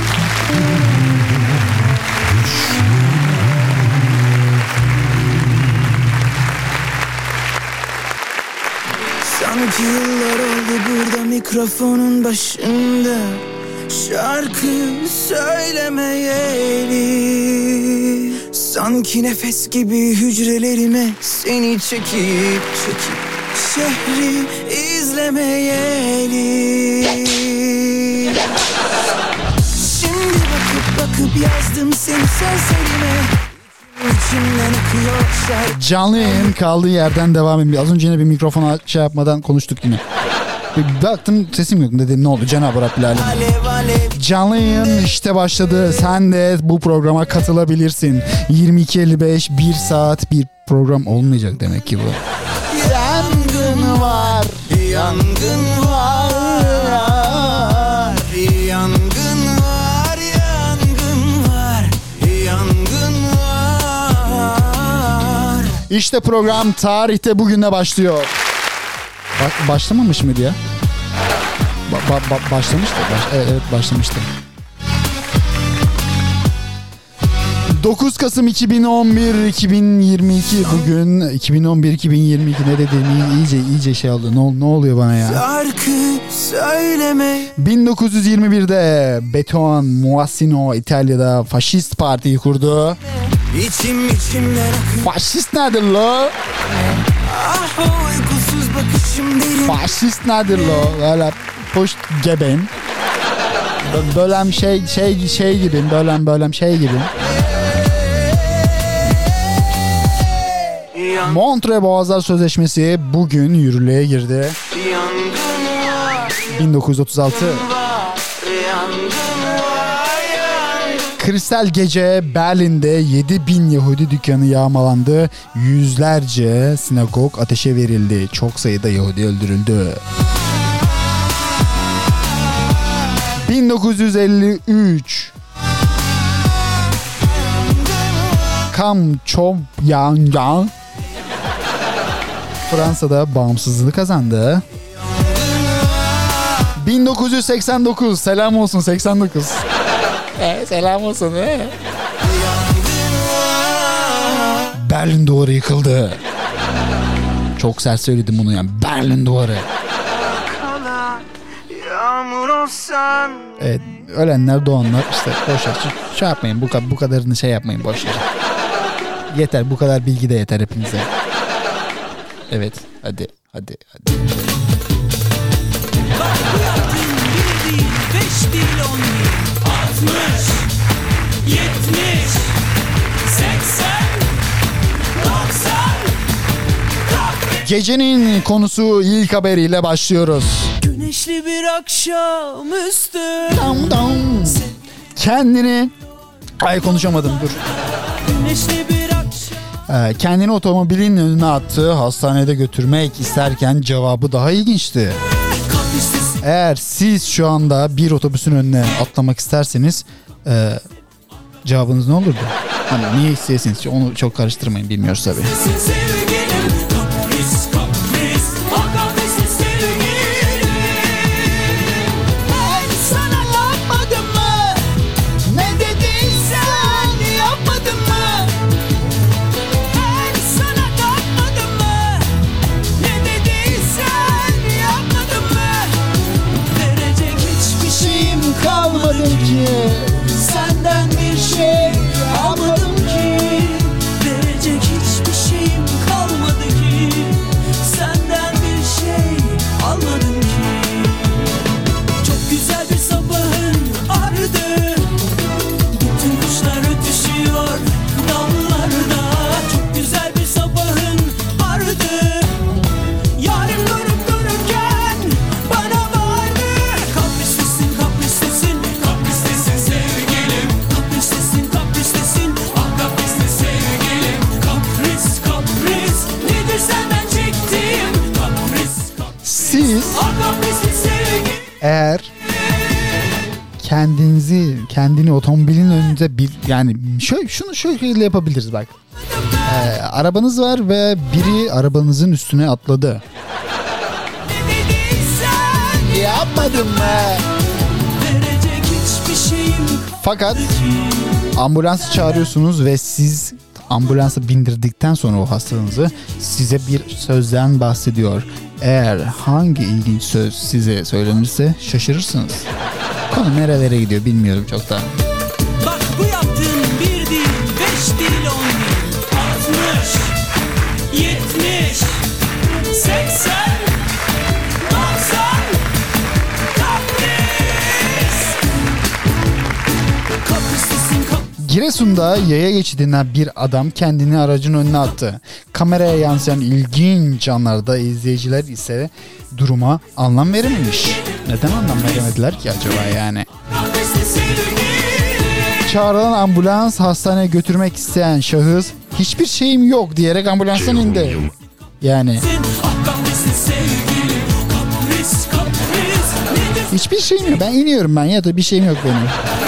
Sanki yıllar oldu burada mikrofonun başında, şarkı söylemeyeli. Sanki nefes gibi hücrelerime seni çekip çekip şehri izlemeyeli. Şimdi bakıp bakıp yazdım seni sözlerime. Canlı yayın kaldığı yerden devam ediyor. Az önce yine bir mikrofona şey yapmadan konuştuk yine. Bir baktım sesim yok. Dedim ne oldu Cenab-ı Rabbil Alemin. Canlı yayın işte başladı. Sen de bu programa katılabilirsin. yirmi iki elli beş bir saat bir program olmayacak demek ki bu. Yangın var, yangın var, yangın var, yangın var, yangın var. İşte program tarihte bugünle başlıyor. Ba- başlamamış mıydı ya? Ba- ba- ba- başlamıştı. Baş- evet, evet başlamıştı. dokuz Kasım iki bin on bir iki bin yirmi iki bugün iki bin on bir iki bin yirmi iki ne dediğimi iyice iyice şey oldu. Ne, ne oluyor bana ya? Şarkı söyleme. bin dokuz yüz yirmi birde Beethoven Muassino İtalya'da faşist partiyi kurdu. İçim içimden akıyor. Faşist nedir lo? Ah o uykusuz bakışım derin. Faşist nedir lo? Böyle post gebeyim. Bölem şey şey şey gibi, bölem bölem şey gibi. Montreux Boğazlar Sözleşmesi bugün yürürlüğe girdi. bin dokuz yüz otuz altı. Kristal Gece Berlin'de yedi bin Yahudi dükkanı yağmalandı. Yüzlerce sinagog ateşe verildi. Çok sayıda Yahudi öldürüldü. bin dokuz yüz elli üç Kamçobyang Fransa'da bağımsızlığı kazandı. bin dokuz yüz seksen dokuz selam olsun seksen dokuz. E, selam olsun. E. Berlin Duvarı yıkıldı. Çok sert söyledim bunu yani. Berlin Duvarı. Evet, ölenler doğanlar işte boşver. Şu, şu yapmayın bu, bu kadarını şey yapmayın boşver. Yeter bu kadar bilgi de yeter hepinize. Evet hadi hadi hadi. Bak bu yaptığın bir değil, beş değil, on değil. Altmış, yetmiş, seksen, doksan. Gecenin konusu ilk haberiyle başlıyoruz. Güneşli bir akşam üstü. Dam dam. Kendini ay konuşamadım dur. Güneşli bir Ee, kendini otomobilin önüne attı. Hastanede götürmek isterken cevabı daha ilginçti. Eğer siz şu anda bir otobüsün önüne atlamak isterseniz e, cevabınız ne olurdu? Hani niye isteyesiniz? Onu çok karıştırmayın, bilmiyoruz tabii. Senden bir şey almadım ki, verecek hiçbir şeyim kalmadı ki. Senden bir şey almadım ki. Çok güzel bir sabahın ardı, bütün kuşlar ötüşüyor dallarda. Çok güzel bir sabahın ardı, yarın durup dururken bana vardı. Kaprislisin kaprislisin kaprislisin sevgilim, kaprislisin kaprislisin ah kaprisli sevgilim. Kapris kapris nedir senden çektiğim kapris kapris. Siz Ah kaprisli sevgilim. eğer kendinizi kendini otomobilin önünde bir yani şöyle şunu şöyle yapabiliriz bak. Ee, arabanız var ve biri arabanızın üstüne atladı. Yapmadım mı? Fakat ambulansı çağırıyorsunuz ve siz ambulansa bindirdikten sonra o hastanızı size bir sözden bahsediyor. Eğer hangi ilginç söz size söylenirse şaşırırsınız. Konu nerelere gidiyor bilmiyorum çok da. Bak bu yaptığın bir değil, beş değil, on değil. Altmış, yetmiş, seksen, doksan. Kapris. Kaprislisin kapris. Giresun'da yaya geçidinden bir adam kendini aracın önüne attı. Kameraya yansıyan ilginç anlarda izleyiciler ise duruma anlam verememiş. Neden anlam veremediler ki acaba yani? Çağrılan ambulans hastaneye götürmek isteyen şahıs hiçbir şeyim yok diyerek ambulanstan indi. Yani hiçbir şeyim yok. Ben iniyorum ben ya da bir şeyim yok benim.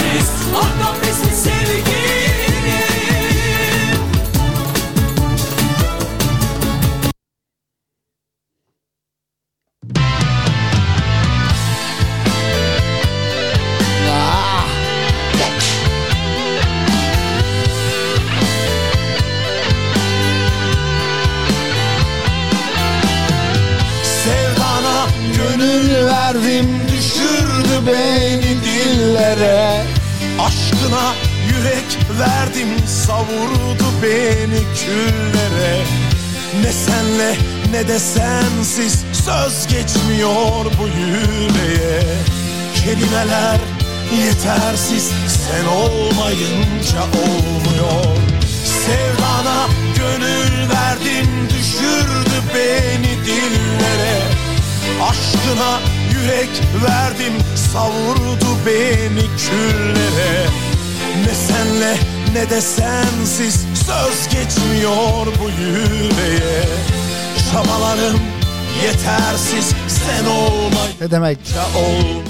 Sevdana gönül verdim, düşürdü beni dillere. Aşkına yürek verdim, savurdu beni küllere. Ne senle ne de sensiz söz geçmiyor bu yüreğe. Kelimeler yetersiz, sen olmayınca olmuyor. Sevdana gönül verdim, düşürdü beni dillere. Aşkına yürek verdim, savurdu beni küllere. Ne senle ne de sensiz söz geçmiyor bu yüreğe. Çabalarım yetersiz, sen olmayınca ne demek? olmuyor.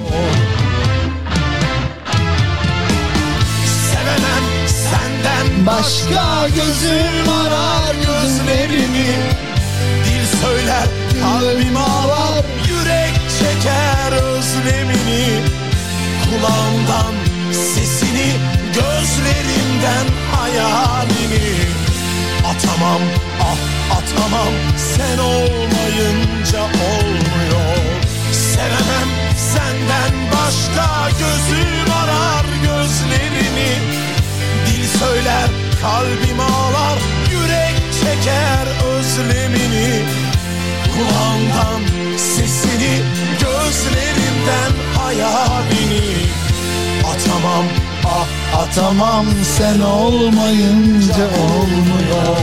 Sevemem senden başka, gözüm arar gözlerini. Dil söyler, kalbim ağlar, yürek çeker özlemini. Kulağımdan sesini, gözlerimden hayalini. Atamam, ah atamam, sen olmayınca olmuyor. Sevemem senden başka, gözüm arar gözlerini. Dil söyler, kalbim ağlar, yürek çeker özlemini. Kulağımdan sesini, gözlerimden hayalini. Atamam, ah atamam, sen olmayınca olmuyor.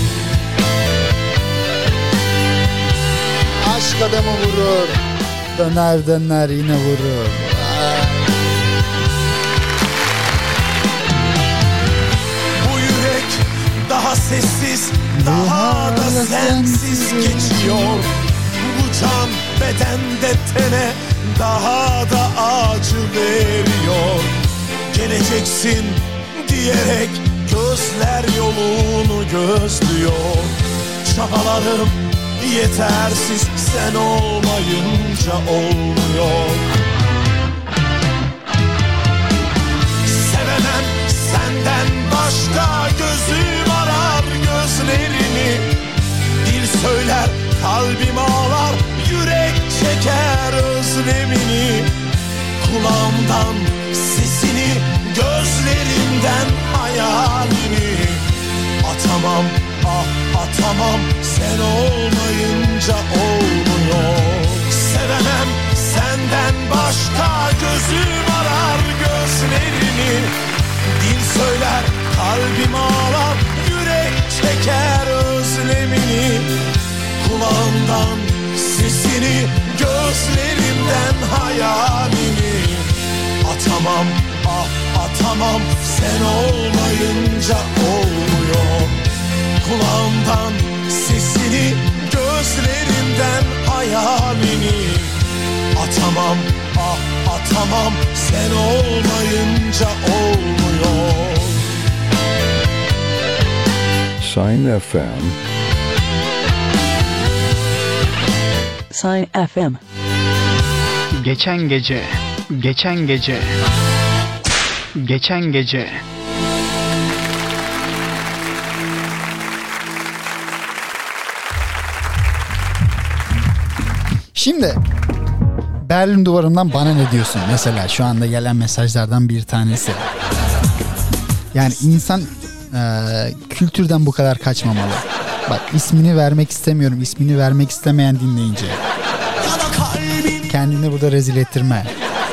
Aşk adamı vurur, döner döner yine vurur. Bu yürek daha sessiz, daha da sensiz geçiyor. Bu can bedende tene daha da acı veriyor. Geleceksin diyerek gözler yolunu gözlüyor. Çabalarım yetersiz, sen olmayınca olmuyor. Sevemem senden başka, gözüm arar gözlerini. Dil söyler, kalbim ağlar, yürek çeker özlemini. Kulağımdan sesini, gözlerimden hayalini. Atamam, ah atamam, sen olmayınca olmuyor. Sevemem senden başka, gözüm arar gözlerini. Dil söyler, kalbim ağlar, yürek çeker özlemini. Kulağımdan sesini, gözlerimden hayalini. Atamam, ah atamam, sen olmayınca olmuyor. Kulağımdan sesini, gözlerimden hayalini. Atamam, ah atamam, sen olmayınca olmuyor. Sign F M. Sign F M. Geçen gece, geçen gece, geçen gece. Şimdi Berlin Duvarı'ndan bana ne diyorsun? Mesela şu anda gelen mesajlardan bir tanesi. Yani insan e, kültürden bu kadar kaçmamalı. Bak, ismini vermek istemiyorum. İsmini vermek istemeyen dinleyince. Kendini burada rezil ettirme.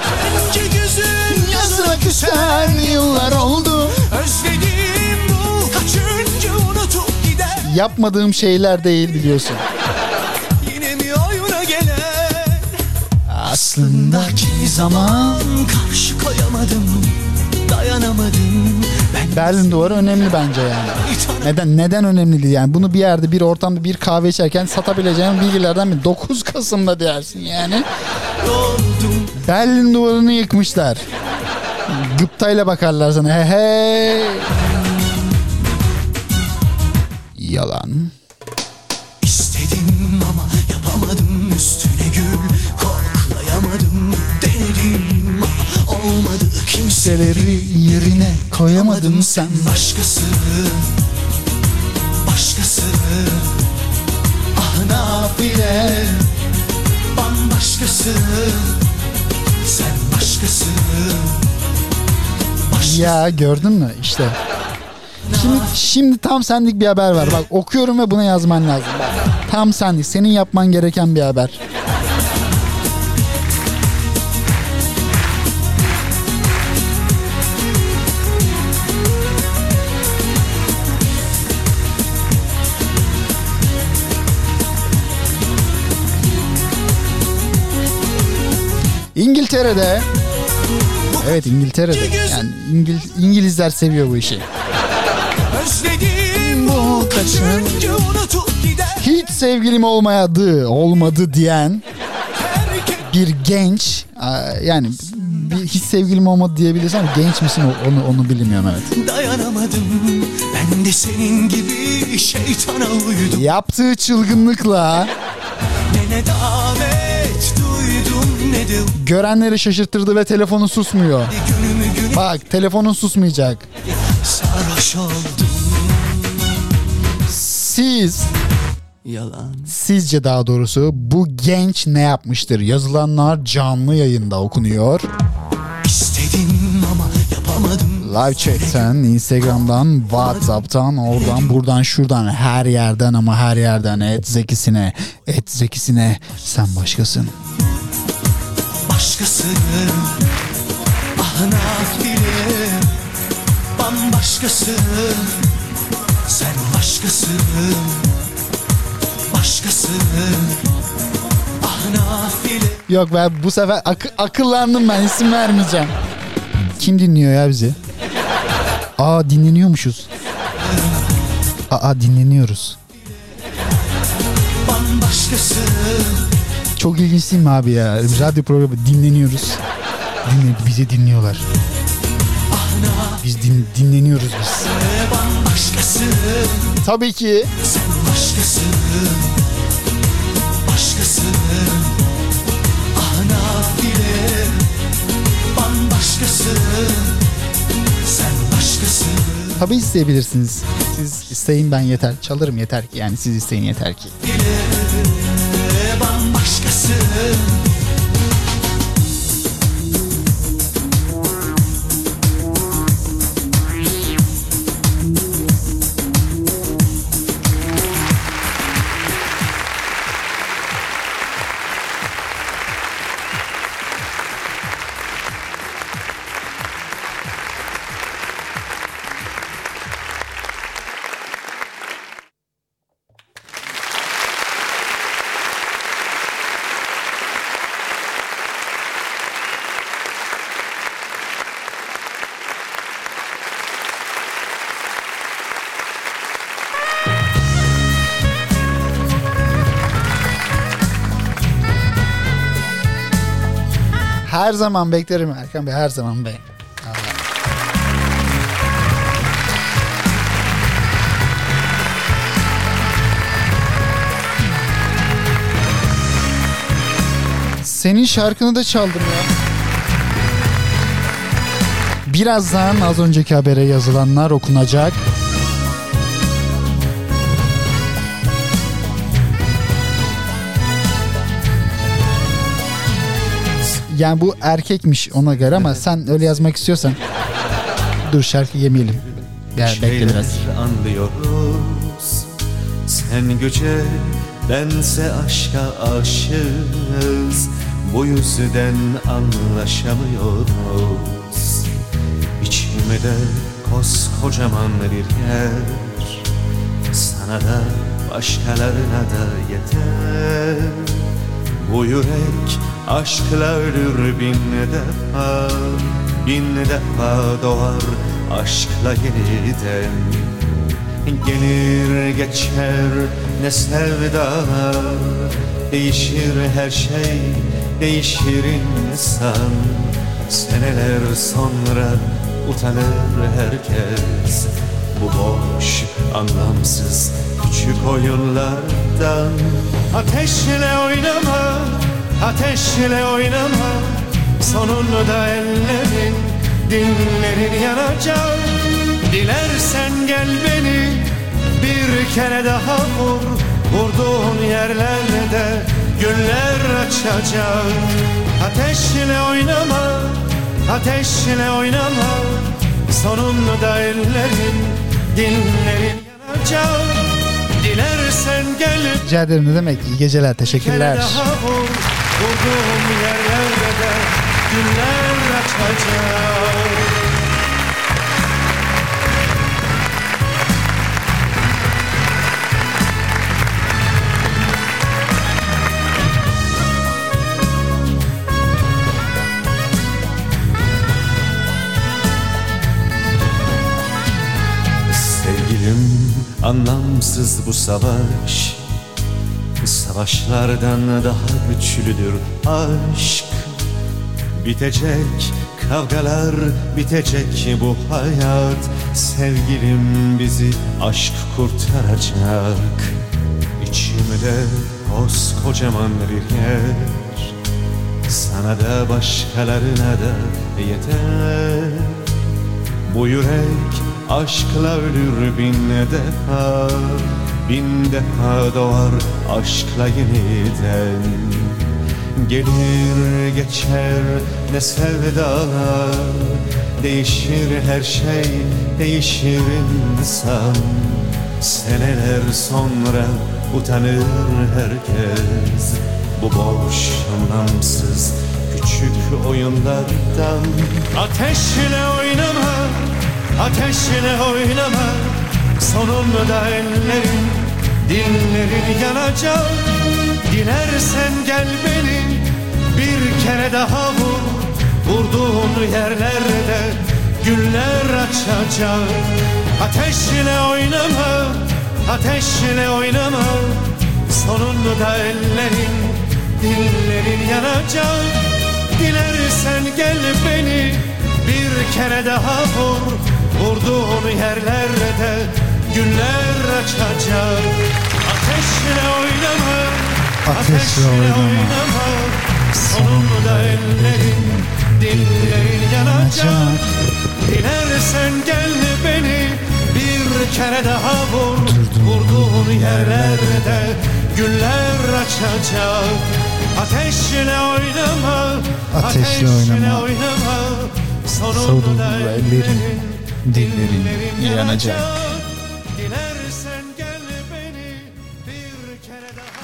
Yazına küsen yıllar oldu. Özledim bu kaçıncı unutup gider. Yapmadığım şeyler değil, biliyorsun. Yine mi oyuna gelen? Aslında kimi zaman karşı koyamadım, dayanamadım. Ben Berlin Duvarı önemli bence yani. Neden neden önemli değil yani? Bunu bir yerde, bir ortamda bir kahve içerken satabileceğin bilgilerden bir dokuz Kasım'da dersin yani. Berlin Duvarı'nı yıkmışlar. Gıptayla bakarlar sana. He he. Yalan. İstedim ama yapamadım, üstüne gül koklayamadım. Denedim ama olmadı, kimseleri yerine koyamadım. Sen başkası, başkası. Ah nafile, bambaşkası. Sen başkası, Ya gördün mü işte. Şimdi, şimdi tam senlik bir haber var. Bak okuyorum ve buna yazman lazım. Bak, tam senlik. Senin yapman gereken bir haber. İngiltere'de, evet İngiltere'de, yani İngiliz, İngilizler seviyor bu işi. Bu kaçıncı hiç sevgilim olmadı, olmadı diyen bir genç, yani bir hiç sevgilim olmadı diyebilirsin ama genç misin onu onu bilmiyorum, evet. Dayanamadım ben de senin gibi şeytana uydum. Yaptığı çılgınlıkla ne ne davet duydum ne de görenleri şaşırtırdı ve telefonu susmuyor. Bak telefonun susmayacak. Sarhoş oldum. Siz Yalan. Sizce daha doğrusu bu genç ne yapmıştır? Yazılanlar canlı yayında okunuyor. İstedim ama yapamadım. Live chat'ten, Instagram'dan, WhatsApp'tan, oradan, buradan, şuradan, her yerden ama her yerden et Zekisine, et Zekisine sen başkasın. Başkasın, ah nafile, bambaşkasın, sen başkasın, başkasın, ah nafile. Yok ben bu sefer ak- akıllandım, ben isim vermeyeceğim. Kim dinliyor ya bizi? Aa dinleniyormuşuz. Aa dinleniyoruz. Bambaşkasın. Çok ilginç değil mi abi ya? Radyo programı dinleniyoruz. Dinle, bizi dinliyorlar. Biz din, dinleniyoruz biz. Tabii ki. Sen başkasın. Başkasın. Ah nafile. Bambaşkasın. Sen başkasın. Tabii isteyebilirsiniz. Siz isteyin, ben yeter. Çalarım yeter ki. Yani siz isteyin yeter ki. Bambaşkasın. Her zaman beklerim Erkan Bey, her zaman bey. Senin şarkını da çaldım ya. Birazdan az önceki habere yazılanlar okunacak. Yani bu erkekmiş ona göre ama sen öyle yazmak istiyorsan dur şarkı yemeyelim. Yani bekle biraz. Anlıyoruz. Sen güce, bense aşka aşığız. Bu yüzden anlaşamıyoruz. İçimde koskocaman bir yer. Sana da başkalarına da yeter. Bu yürek aşklardır bin defa, bin defa doğar aşkla yeniden. Gelir geçer ne sevdalar, değişir her şey, değişir insan. Seneler sonra utanır herkes bu boş, anlamsız küçük oyunlardan. Ateşle oynama, ateşle oynama, sonunda ellerin, dinlerin yanacak. Dilersen gel beni bir kere daha vur, vurduğun yerlerde güller açacak. Ateşle oynama, ateşle oynama, sonunda ellerin, dillerin yanacak. Dilersen gel. Rica ederim, ne demek. İyi geceler, teşekkürler. Daha vur, vurduğum yerlerde güller açacak. Sevgilim, anlamsız bu savaş, savaşlardan daha güçlüdür aşk. Bitecek kavgalar, bitecek bu hayat. Sevgilim, bizi aşk kurtaracak. İçimde koskocaman bir yer, sana da başkalarına da yeter. Bu yürek aşkla ölür bin defa, bin defa doğar aşkla yeniden. Gelir geçer ne sevdalar, değişir her şey, değişir insan. Seneler sonra utanır herkes bu boş, anlamsız küçük oyunlardan. Ateşle oynama, ateşle oynama, sonunda ellerin, dillerin yanacak. Dilersen gel beni bir kere daha vur, vurduğun yerlerde güller açacak. Ateşle oynama, ateşle oynama, sonunda ellerin, dillerin yanacak. Dilersen gel beni bir kere daha vur, vurduğun yerlerde güller açacak. Ateşle oynama, ateşle oynama, sonunda ellerin, dillerin yanacak. Dilersen gel beni bir kere daha vur, vurduğun yerlerde güller açacak. Ateşle oynama, ateşle oynama, sonunda ellerin, dillerin yanacak. Dilersen gel beni bir kere daha.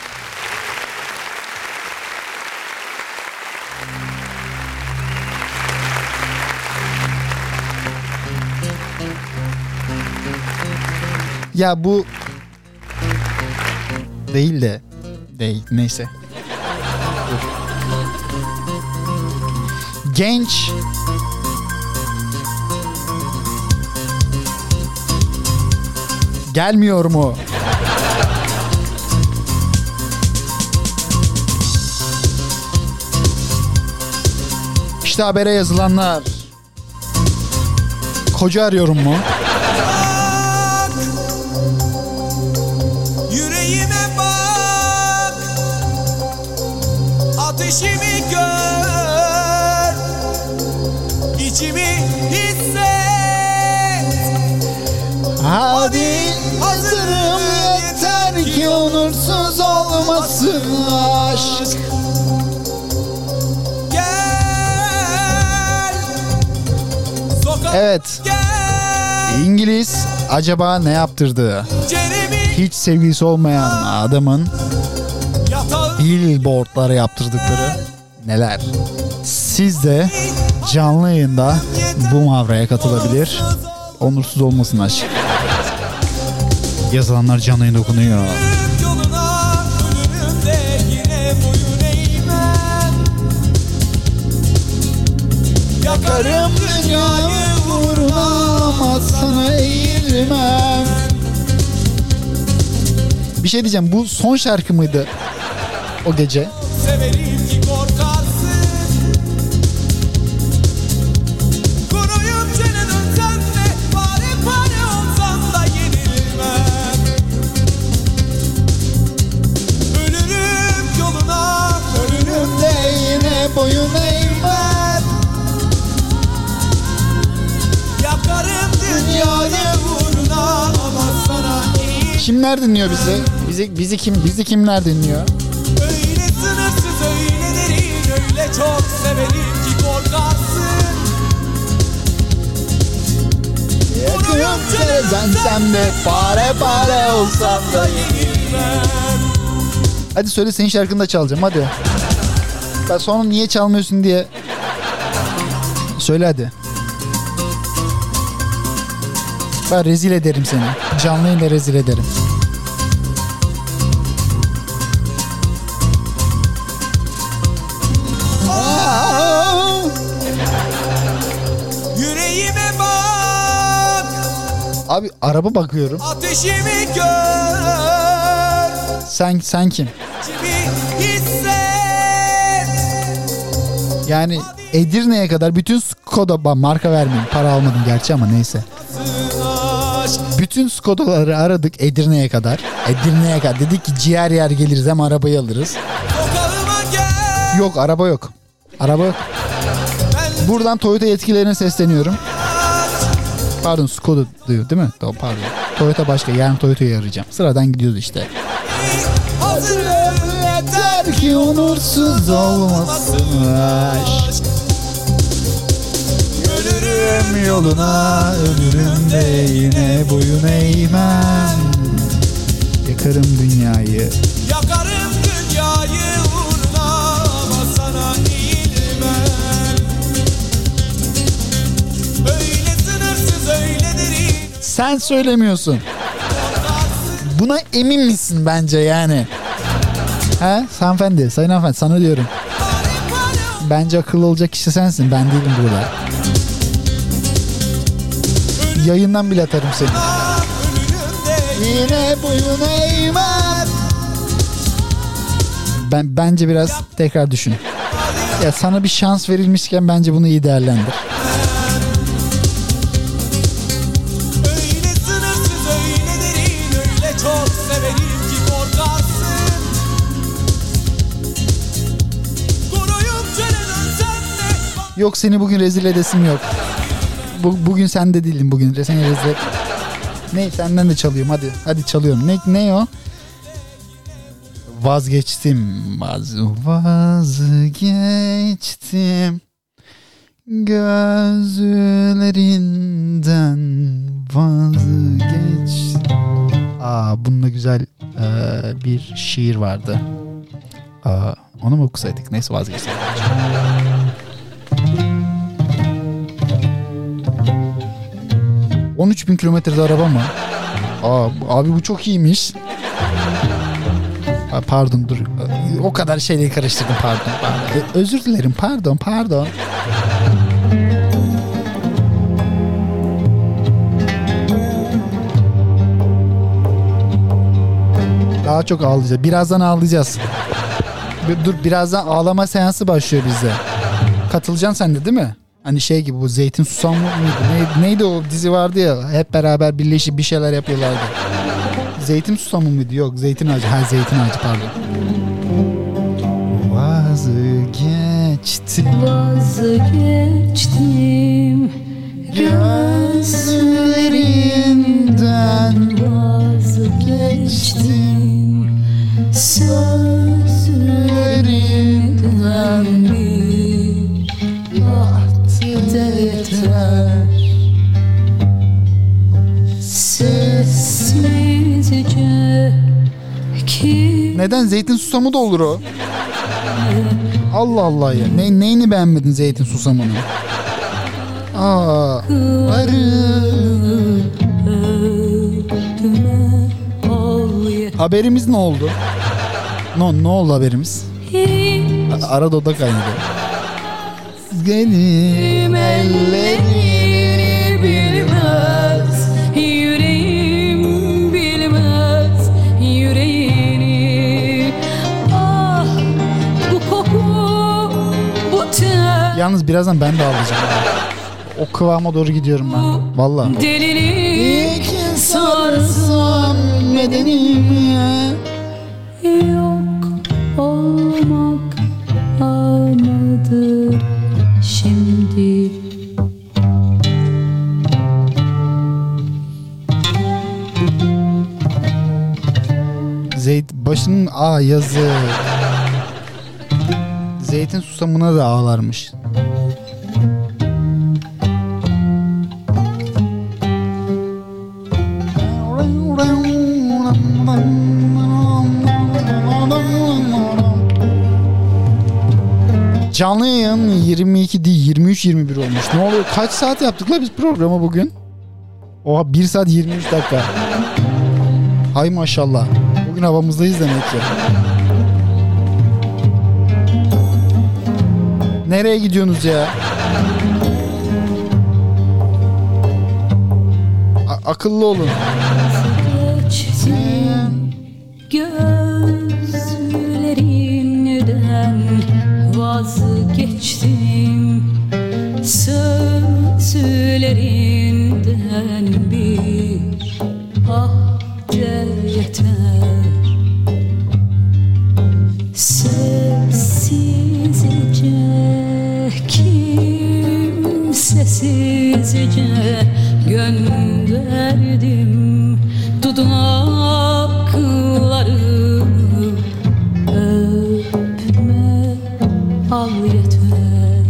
Ya bu değil de değil, neyse. Genç gelmiyor mu? İşte habere yazılanlar. Koca arıyorum mu? Yüreğime bak, ateşimi gör, içimi hisset. Hadi hazırım, yeter ki onursuz olmasın aşk. Gel, Evet. İngiliz acaba ne yaptırdı? Hiç sevgilisi olmayan adamın billboardlara yaptırdıkları neler? Siz de canlı yayında bu mavraya katılabilir. Onursuz olmasın aşk. Yazılanlar canlı yayında okunuyor. Yakarım dünyayı uğruna ama sana eğilmem. Bir şey diyeceğim, bu son şarkı mıydı o gece? Severim ki korkarsın, kuruyup çene dönsen de pare pare olsan da yenilmem. Ölürüm yoluna, ölürüm de yine boyun eğmem. Yakarım dünyayı uğruna ama sana eğilmem. Kimler dinliyor bizi? Bizi bizi kim bizi kimler dinliyor? Öyle sınırsız, öyle derin, öyle çok severim ki korkarsın. Yakıyorum sen de pare pare olsam da yenilmem. Hadi söyle, senin şarkını da çalacağım hadi. Ben sonra niye çalmıyorsun diye. Söyle hadi. Ben rezil ederim seni. Canlı yayında rezil ederim. Yüreğime bak. Abi araba bakıyorum. Ateşimi gör. Sen sen kim? Yani Edirne'ye kadar bütün Skoda, marka vermeyeyim, para almadım gerçi ama neyse. Bütün Skoda'ları aradık Edirne'ye kadar. Edirne'ye kadar dedik ki ciğer yer geliriz, hem arabayı alırız. Yok, araba yok. Araba yok. Buradan Toyota yetkililerine sesleniyorum. Pardon, Skoda diyor değil mi? Pardon. Toyota başka. Yarın Toyota'yı arayacağım. Sıradan gidiyoruz işte. Yeter ki onursuz olmasın aşk. Ölürüm yoluna, ölürüm de yine boyun eğmem. Yakarım dünyayı. Yakarım dünyayı uğruna ama sana eğilmem. Öyle sınırsız, öyle derin. Sen söylemiyorsun. Buna emin misin bence yani? He? Hanımefendi, sayın hanımefendi, sana diyorum. Bence akıllı olacak kişi sensin. Ben değilim burada. Yayından bile atarım seni. Yine boyun eğmem. Ben, bence biraz tekrar düşün. Ya sana bir şans verilmişken bence bunu iyi değerlendir. Öyle sınırsız, öyle derin, öyle çok severim ki korkarsın. Koruyup canını sen de. Yok, seni bugün rezil edesim yok. Bu, bugün sen de değildin bugün. Seni rezil et. Ne, senden de çalıyorum hadi. Hadi çalıyorum. Ne, ne o? Vazgeçtim. Vaz, vazgeçtim. Gözlerinden vazgeçtim. Aa, bununla güzel e, bir şiir vardı. Aa, onu mu okusaydık? Neyse, vazgeçtim. on üç bin kilometrede araba mı? Aa, abi bu çok iyiymiş. Aa, pardon dur. O kadar şeyleri karıştırdım, pardon. pardon. Özür dilerim, pardon pardon. Daha çok ağlayacağız. Birazdan ağlayacağız. Dur, birazdan ağlama seansı başlıyor bizde. Katılacaksın sen de değil mi? Hani şey gibi, bu Zeytin Susamı mıydı? Ne, neydi o dizi vardı ya, hep beraber birleşip bir şeyler yapıyorlardı. Zeytin Susamı mıydı? Yok, Zeytin Ağacı. Ha, Zeytin Ağacı pardon. Vazgeçtim. Vazgeçtim. Gözlerinden vazgeçtim. Sözlerinden bir yeter. Sessizce ki... Neden? Zeytin susamı da olur o. Allah Allah ya. Ne, neyini beğenmedin Zeytin Susamı'nın? Aa, arı. Haberimiz ne oldu? No, ne oldu haberimiz? Arada oda kaynadı. Benim ellerini bilmez, yüreğim bilmez yüreğini. Ah, bu koku, bu ter. Yalnız birazdan ben de ağlayacağım. O kıvama doğru gidiyorum ben. Vallahi. Delilik sarsam bedenimi. Yok olmak anıdır şimdi. Zeyt başının a yazı. Zeytin susamına da ağlarmış. Canlı yayın yirmi iki değil yirmi üç yirmi bir olmuş. Ne oluyor? Kaç saat yaptık la biz programı bugün? Oha bir saat yirmi üç dakika. Hay maşallah. Bugün havamızdayız demek ki. Nereye gidiyorsunuz ya? A- akıllı olun. Gözlerinden vazgeçtim, sözlerinden bir ahce yeter. Sessizce, kimsesizce gönderdim dudaklarımı, öpme al yeter.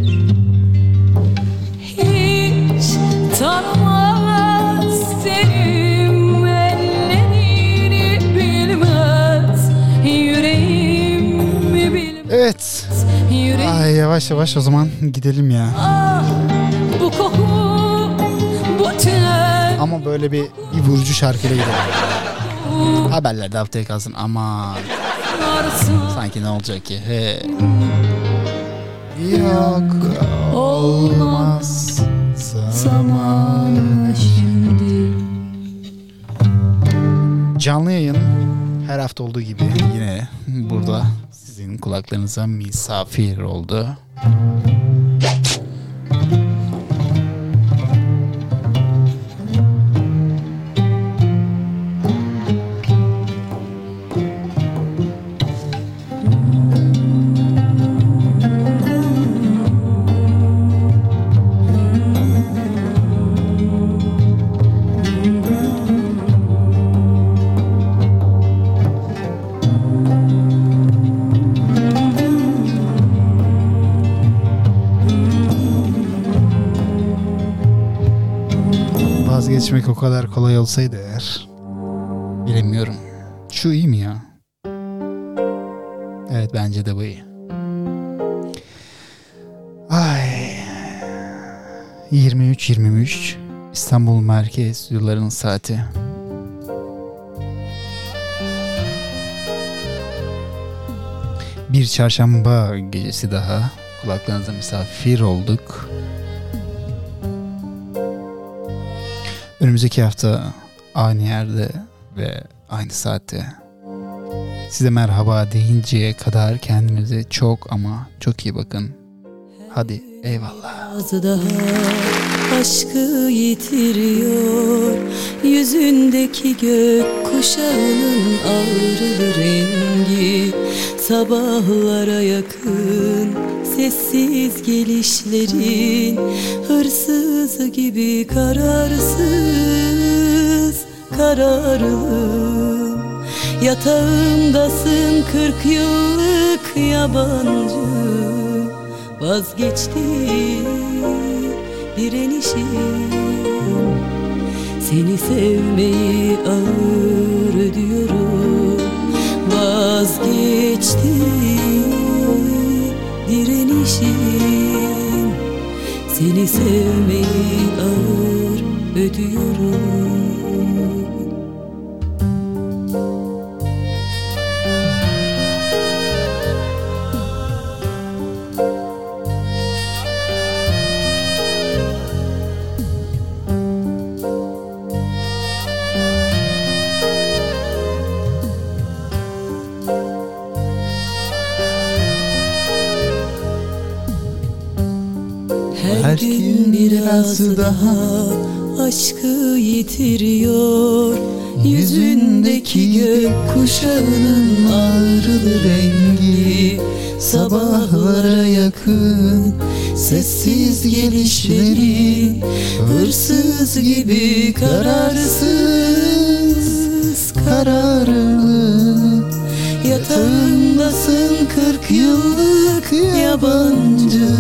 Hiç tanımaz senin ellerini, bilmez yüreğimi, bilmez. Evet. Yüreğim. Ay yavaş yavaş o zaman gidelim ya. Ah, bu koku, bu ten. Ama böyle bir, bir vurucu şarkıyla gidelim. Haberlerde haftaya kalsın ama sanki ne olacak ki? He. Yok olmaz zamanı şimdi. Canlı yayın her hafta olduğu gibi yine burada sizin kulaklarınıza misafir oldu. Vazgeçmek o kadar kolay olsaydı eğer. Bilemiyorum. Şu iyi mi ya? Evet bence de bu iyi. Ay. yirmi üç yirmi üç İstanbul Merkez Stüdyolarının saati. Bir çarşamba gecesi daha kulaklarınıza misafir olduk. Önümüzdeki hafta aynı yerde ve aynı saatte size merhaba deyinceye kadar kendinize çok ama çok iyi bakın. Hadi eyvallah. Az daha aşkı yitiriyor, yüzündeki gök kuşağının ağrılı rengi. Sabahlara yakın sessiz gelişlerin, hırsız gibi kararsız kararlım. Yatağımdasın kırk yıllık yabancı, vazgeçti direnişim. Seni sevmeyi ağır ödüyorum, vazgeçti direnişim. Seni sevmeyi ağır ödüyorum. Her gün biraz daha aşkı yitiriyor, yüzündeki gök kuşağının ağrılı rengi. Sabahlara yakın sessiz gelişleri, hırsız gibi kararsız kararlı. Yatağındasın kırk yıllık yabancı,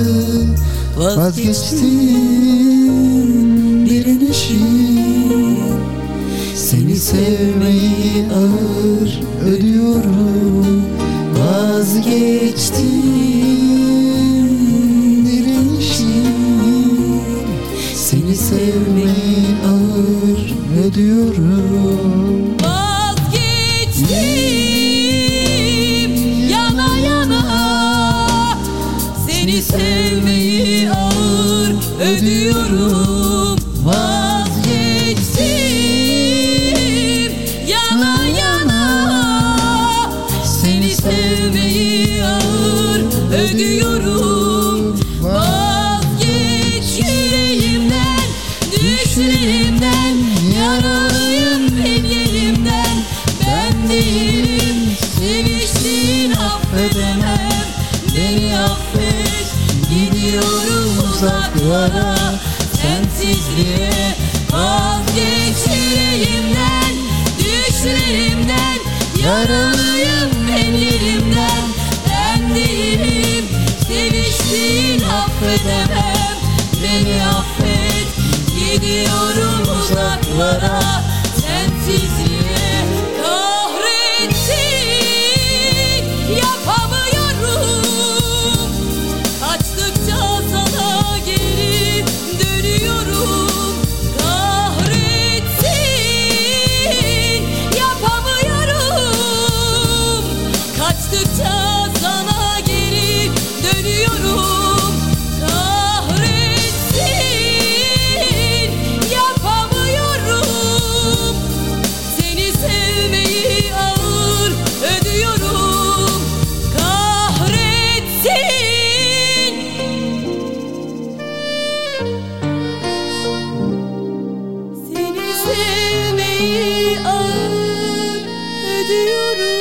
vazgeçtim direnişim. Seni sevmeyi ağır ödüyorum. Vazgeçtim direnişim, seni sevmeyi ağır ödüyorum. Vazgeçtim yana yana, seni sevmeyi ağır ödüyorum. Vazgeçtim yana yana, seni sevmeyi ağır ödüyorum. Vazgeç yüreğimden, düşlerimden, yaralıyım ben yerimden. Ben değilim seviştin affedemem, beni affet. Gidiyorum uzaklara sensizliğe. Vazgeç yüreğimden, düşlerimden, yaralıyım ben yerimden. Ben değilim seviştin affedemem, beni affet. Gidiyorum uzaklara sensizliğe. Kahretsin yapamıyorum, kaçtıkça sana geri dönüyorum. Kahretsin yapamıyorum, kaçtıkça sana geri dönüyorum. Kahretsin yapamıyorum, seni sevmeyi ağır ödüyorum. Kahretsin. Seni sevmeyi ağır ödüyorum.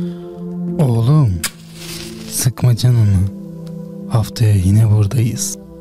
Oğlum, sıkma canını. Haftaya yine buradayız.